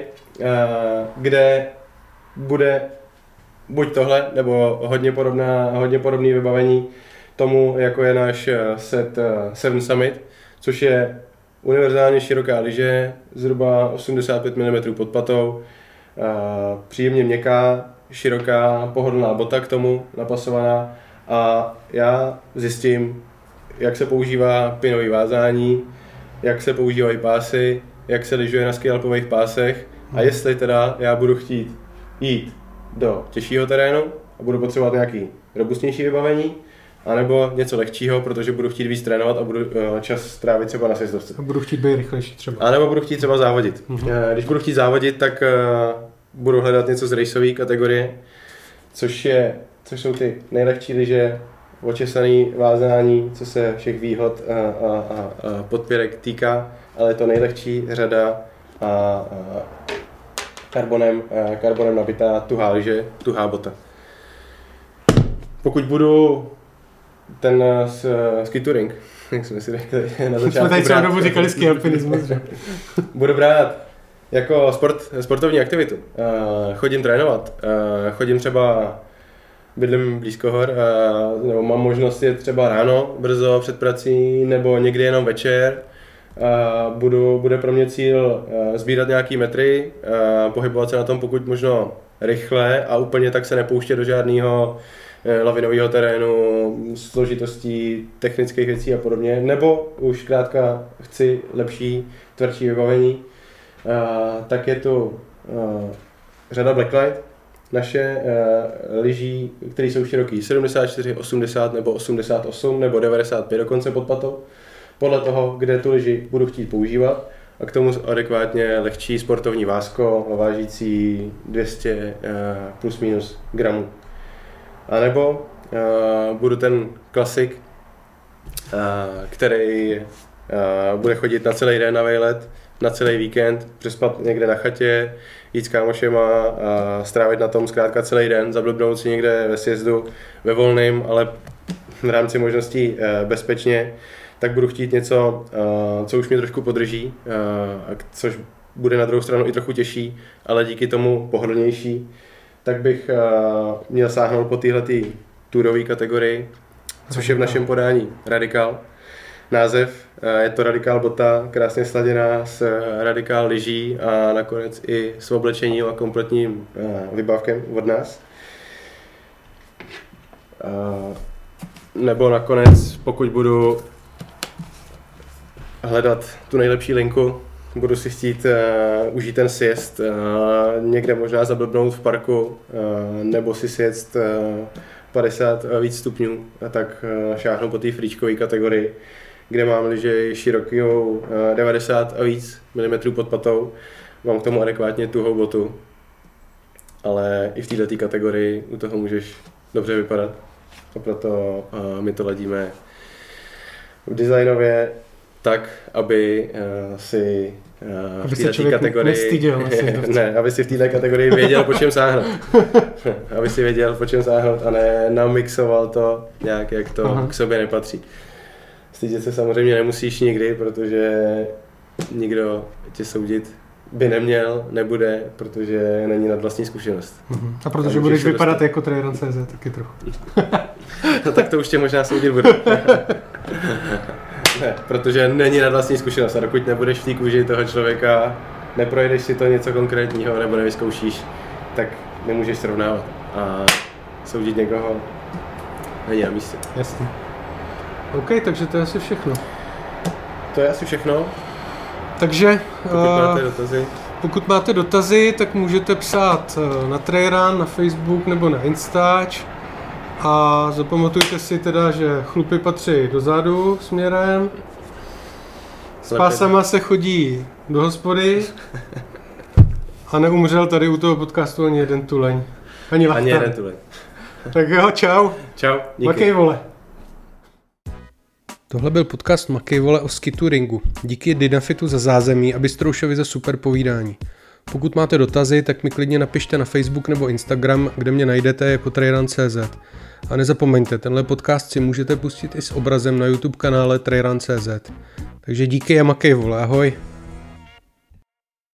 kde bude buď tohle, nebo hodně, podobná, hodně podobné vybavení tomu, jako je náš set sedm Summit, což je univerzálně široká lyže, zhruba osmdesát pět milimetrů pod patou, příjemně měkká, široká, pohodlná bota k tomu, napasovaná a já zjistím, jak se používá pinový vázání, jak se používají pásy, jak se lyžuje na skialpových pásech a jestli teda já budu chtít jít do těžšího terénu a budu potřebovat nějaký robustnější vybavení, anebo něco lehčího, protože budu chtít víc trénovat a budu čas strávit třeba na sjezdovce. A budu chtít být rychlejší třeba. A nebo budu chtít třeba závodit. Mm-hmm. Když budu chtít závodit, tak budu hledat něco z raceové kategorie, což, je, což jsou ty nejlehčí lyže, očesaný vázání, co se všech výhod a, a, a, a podpěrek týká, ale je to nejlehčí řada a, a karbonem, a karbonem nabitá tuhá lyže, tuhá bota. Pokud budu ten ski touring, jak jsme si řekli na začátku, jsme tady celou dobu říkali ski alpinismus, že? Budu brát jako sport, sportovní aktivitu. Chodím trénovat, chodím třeba bydlím blízko hor, a, nebo mám možnost jet třeba ráno, brzo před prací, nebo někdy jenom večer. A budu, bude pro mě cíl sbírat nějaký metry, a pohybovat se na tom pokud možno rychle a úplně tak se nepouštět do žádného lavinového terénu, složitostí, technických věcí a podobně. Nebo už zkrátka chci lepší, tvrdší vybavení, a, tak je tu a, řada Blacklight, naše uh, lyží, které jsou široký, sedmdesát čtyři, osmdesát nebo osmdesát osm nebo devadesát pět dokonce pod patou, podle toho, kde tu lyži budu chtít používat a k tomu adekvátně lehčí sportovní vásko vážící dvě stě uh, plus minus gramů. A nebo uh, budu ten klasik, uh, který uh, bude chodit na celý den na vejlet, na celý víkend, přespat někde na chatě, jít s kámošema a strávit na tom zkrátka celý den, zablbnout si někde ve sjezdu, ve volném, ale v rámci možností bezpečně, tak budu chtít něco, co už mě trošku podrží, což bude na druhou stranu i trochu těžší, ale díky tomu pohodlnější, tak bych měl sáhnout po téhletý turové kategorii, což je v našem podání Radical. Název, je to Radical bota, krásně sladěná s Radical lyží a nakonec i s oblečením a kompletním vybavkem od nás. Nebo nakonec, pokud budu hledat tu nejlepší linku, budu si chtít uh, užít ten sjezd, uh, někde možná zablbnout v parku, uh, nebo si sjezd uh, padesát a víc stupňů, a tak uh, šáhnu po té fríčkové kategorii, kde mám lyže širokou uh, devadesát a víc milimetrů pod patou, mám k tomu adekvátně tuhou botu, ale i v této kategorii u toho můžeš dobře vypadat, a proto uh, my to ladíme v designově tak, aby uh, si uh, v této kategorii nestyděl, ne, aby si v této kategorii věděl, po čem sáhnout. Aby si věděl, po čem sáhnout a ne namixoval to nějak, jak to Aha. k sobě nepatří. Stydět se samozřejmě nemusíš nikdy, protože nikdo tě soudit by neměl, nebude, protože není nad vlastní zkušenost. Uh-huh. A protože a budeš vypadat dostat jako Trairon tečka cé zet taky trochu. No tak to už tě možná soudit bude. Ne, protože není nad vlastní zkušenost a dokud nebudeš v té kůži toho člověka, neprojedeš si to něco konkrétního nebo nevyzkoušíš, tak nemůžeš srovnávat a soudit někoho není na místě. Jasně. OK, takže to je asi všechno. To je asi všechno. Takže pokud máte dotazy, pokud máte dotazy, tak můžete psát na Trairan, na Facebook nebo na Instač. A zapamatujte si teda, že chlupy patří dozadu směrem. S pásama se chodí do hospody. A neumřel tady u toho podcastu ani jeden tuleň. Ani lachta. Ani jeden tuleň. Tak jo, čau. Čau, díky. Makej vole. Tohle byl podcast Makej vole o skitouringu. Díky Dynafitu za zázemí a Bystroušovi za super povídání. Pokud máte dotazy, tak mi klidně napište na Facebook nebo Instagram, kde mě najdete jako Trairan tečka cé zet. A nezapomeňte, tenhle podcast si můžete pustit i s obrazem na YouTube kanále Trairan tečka cé zet. Takže díky a makej vole, ahoj.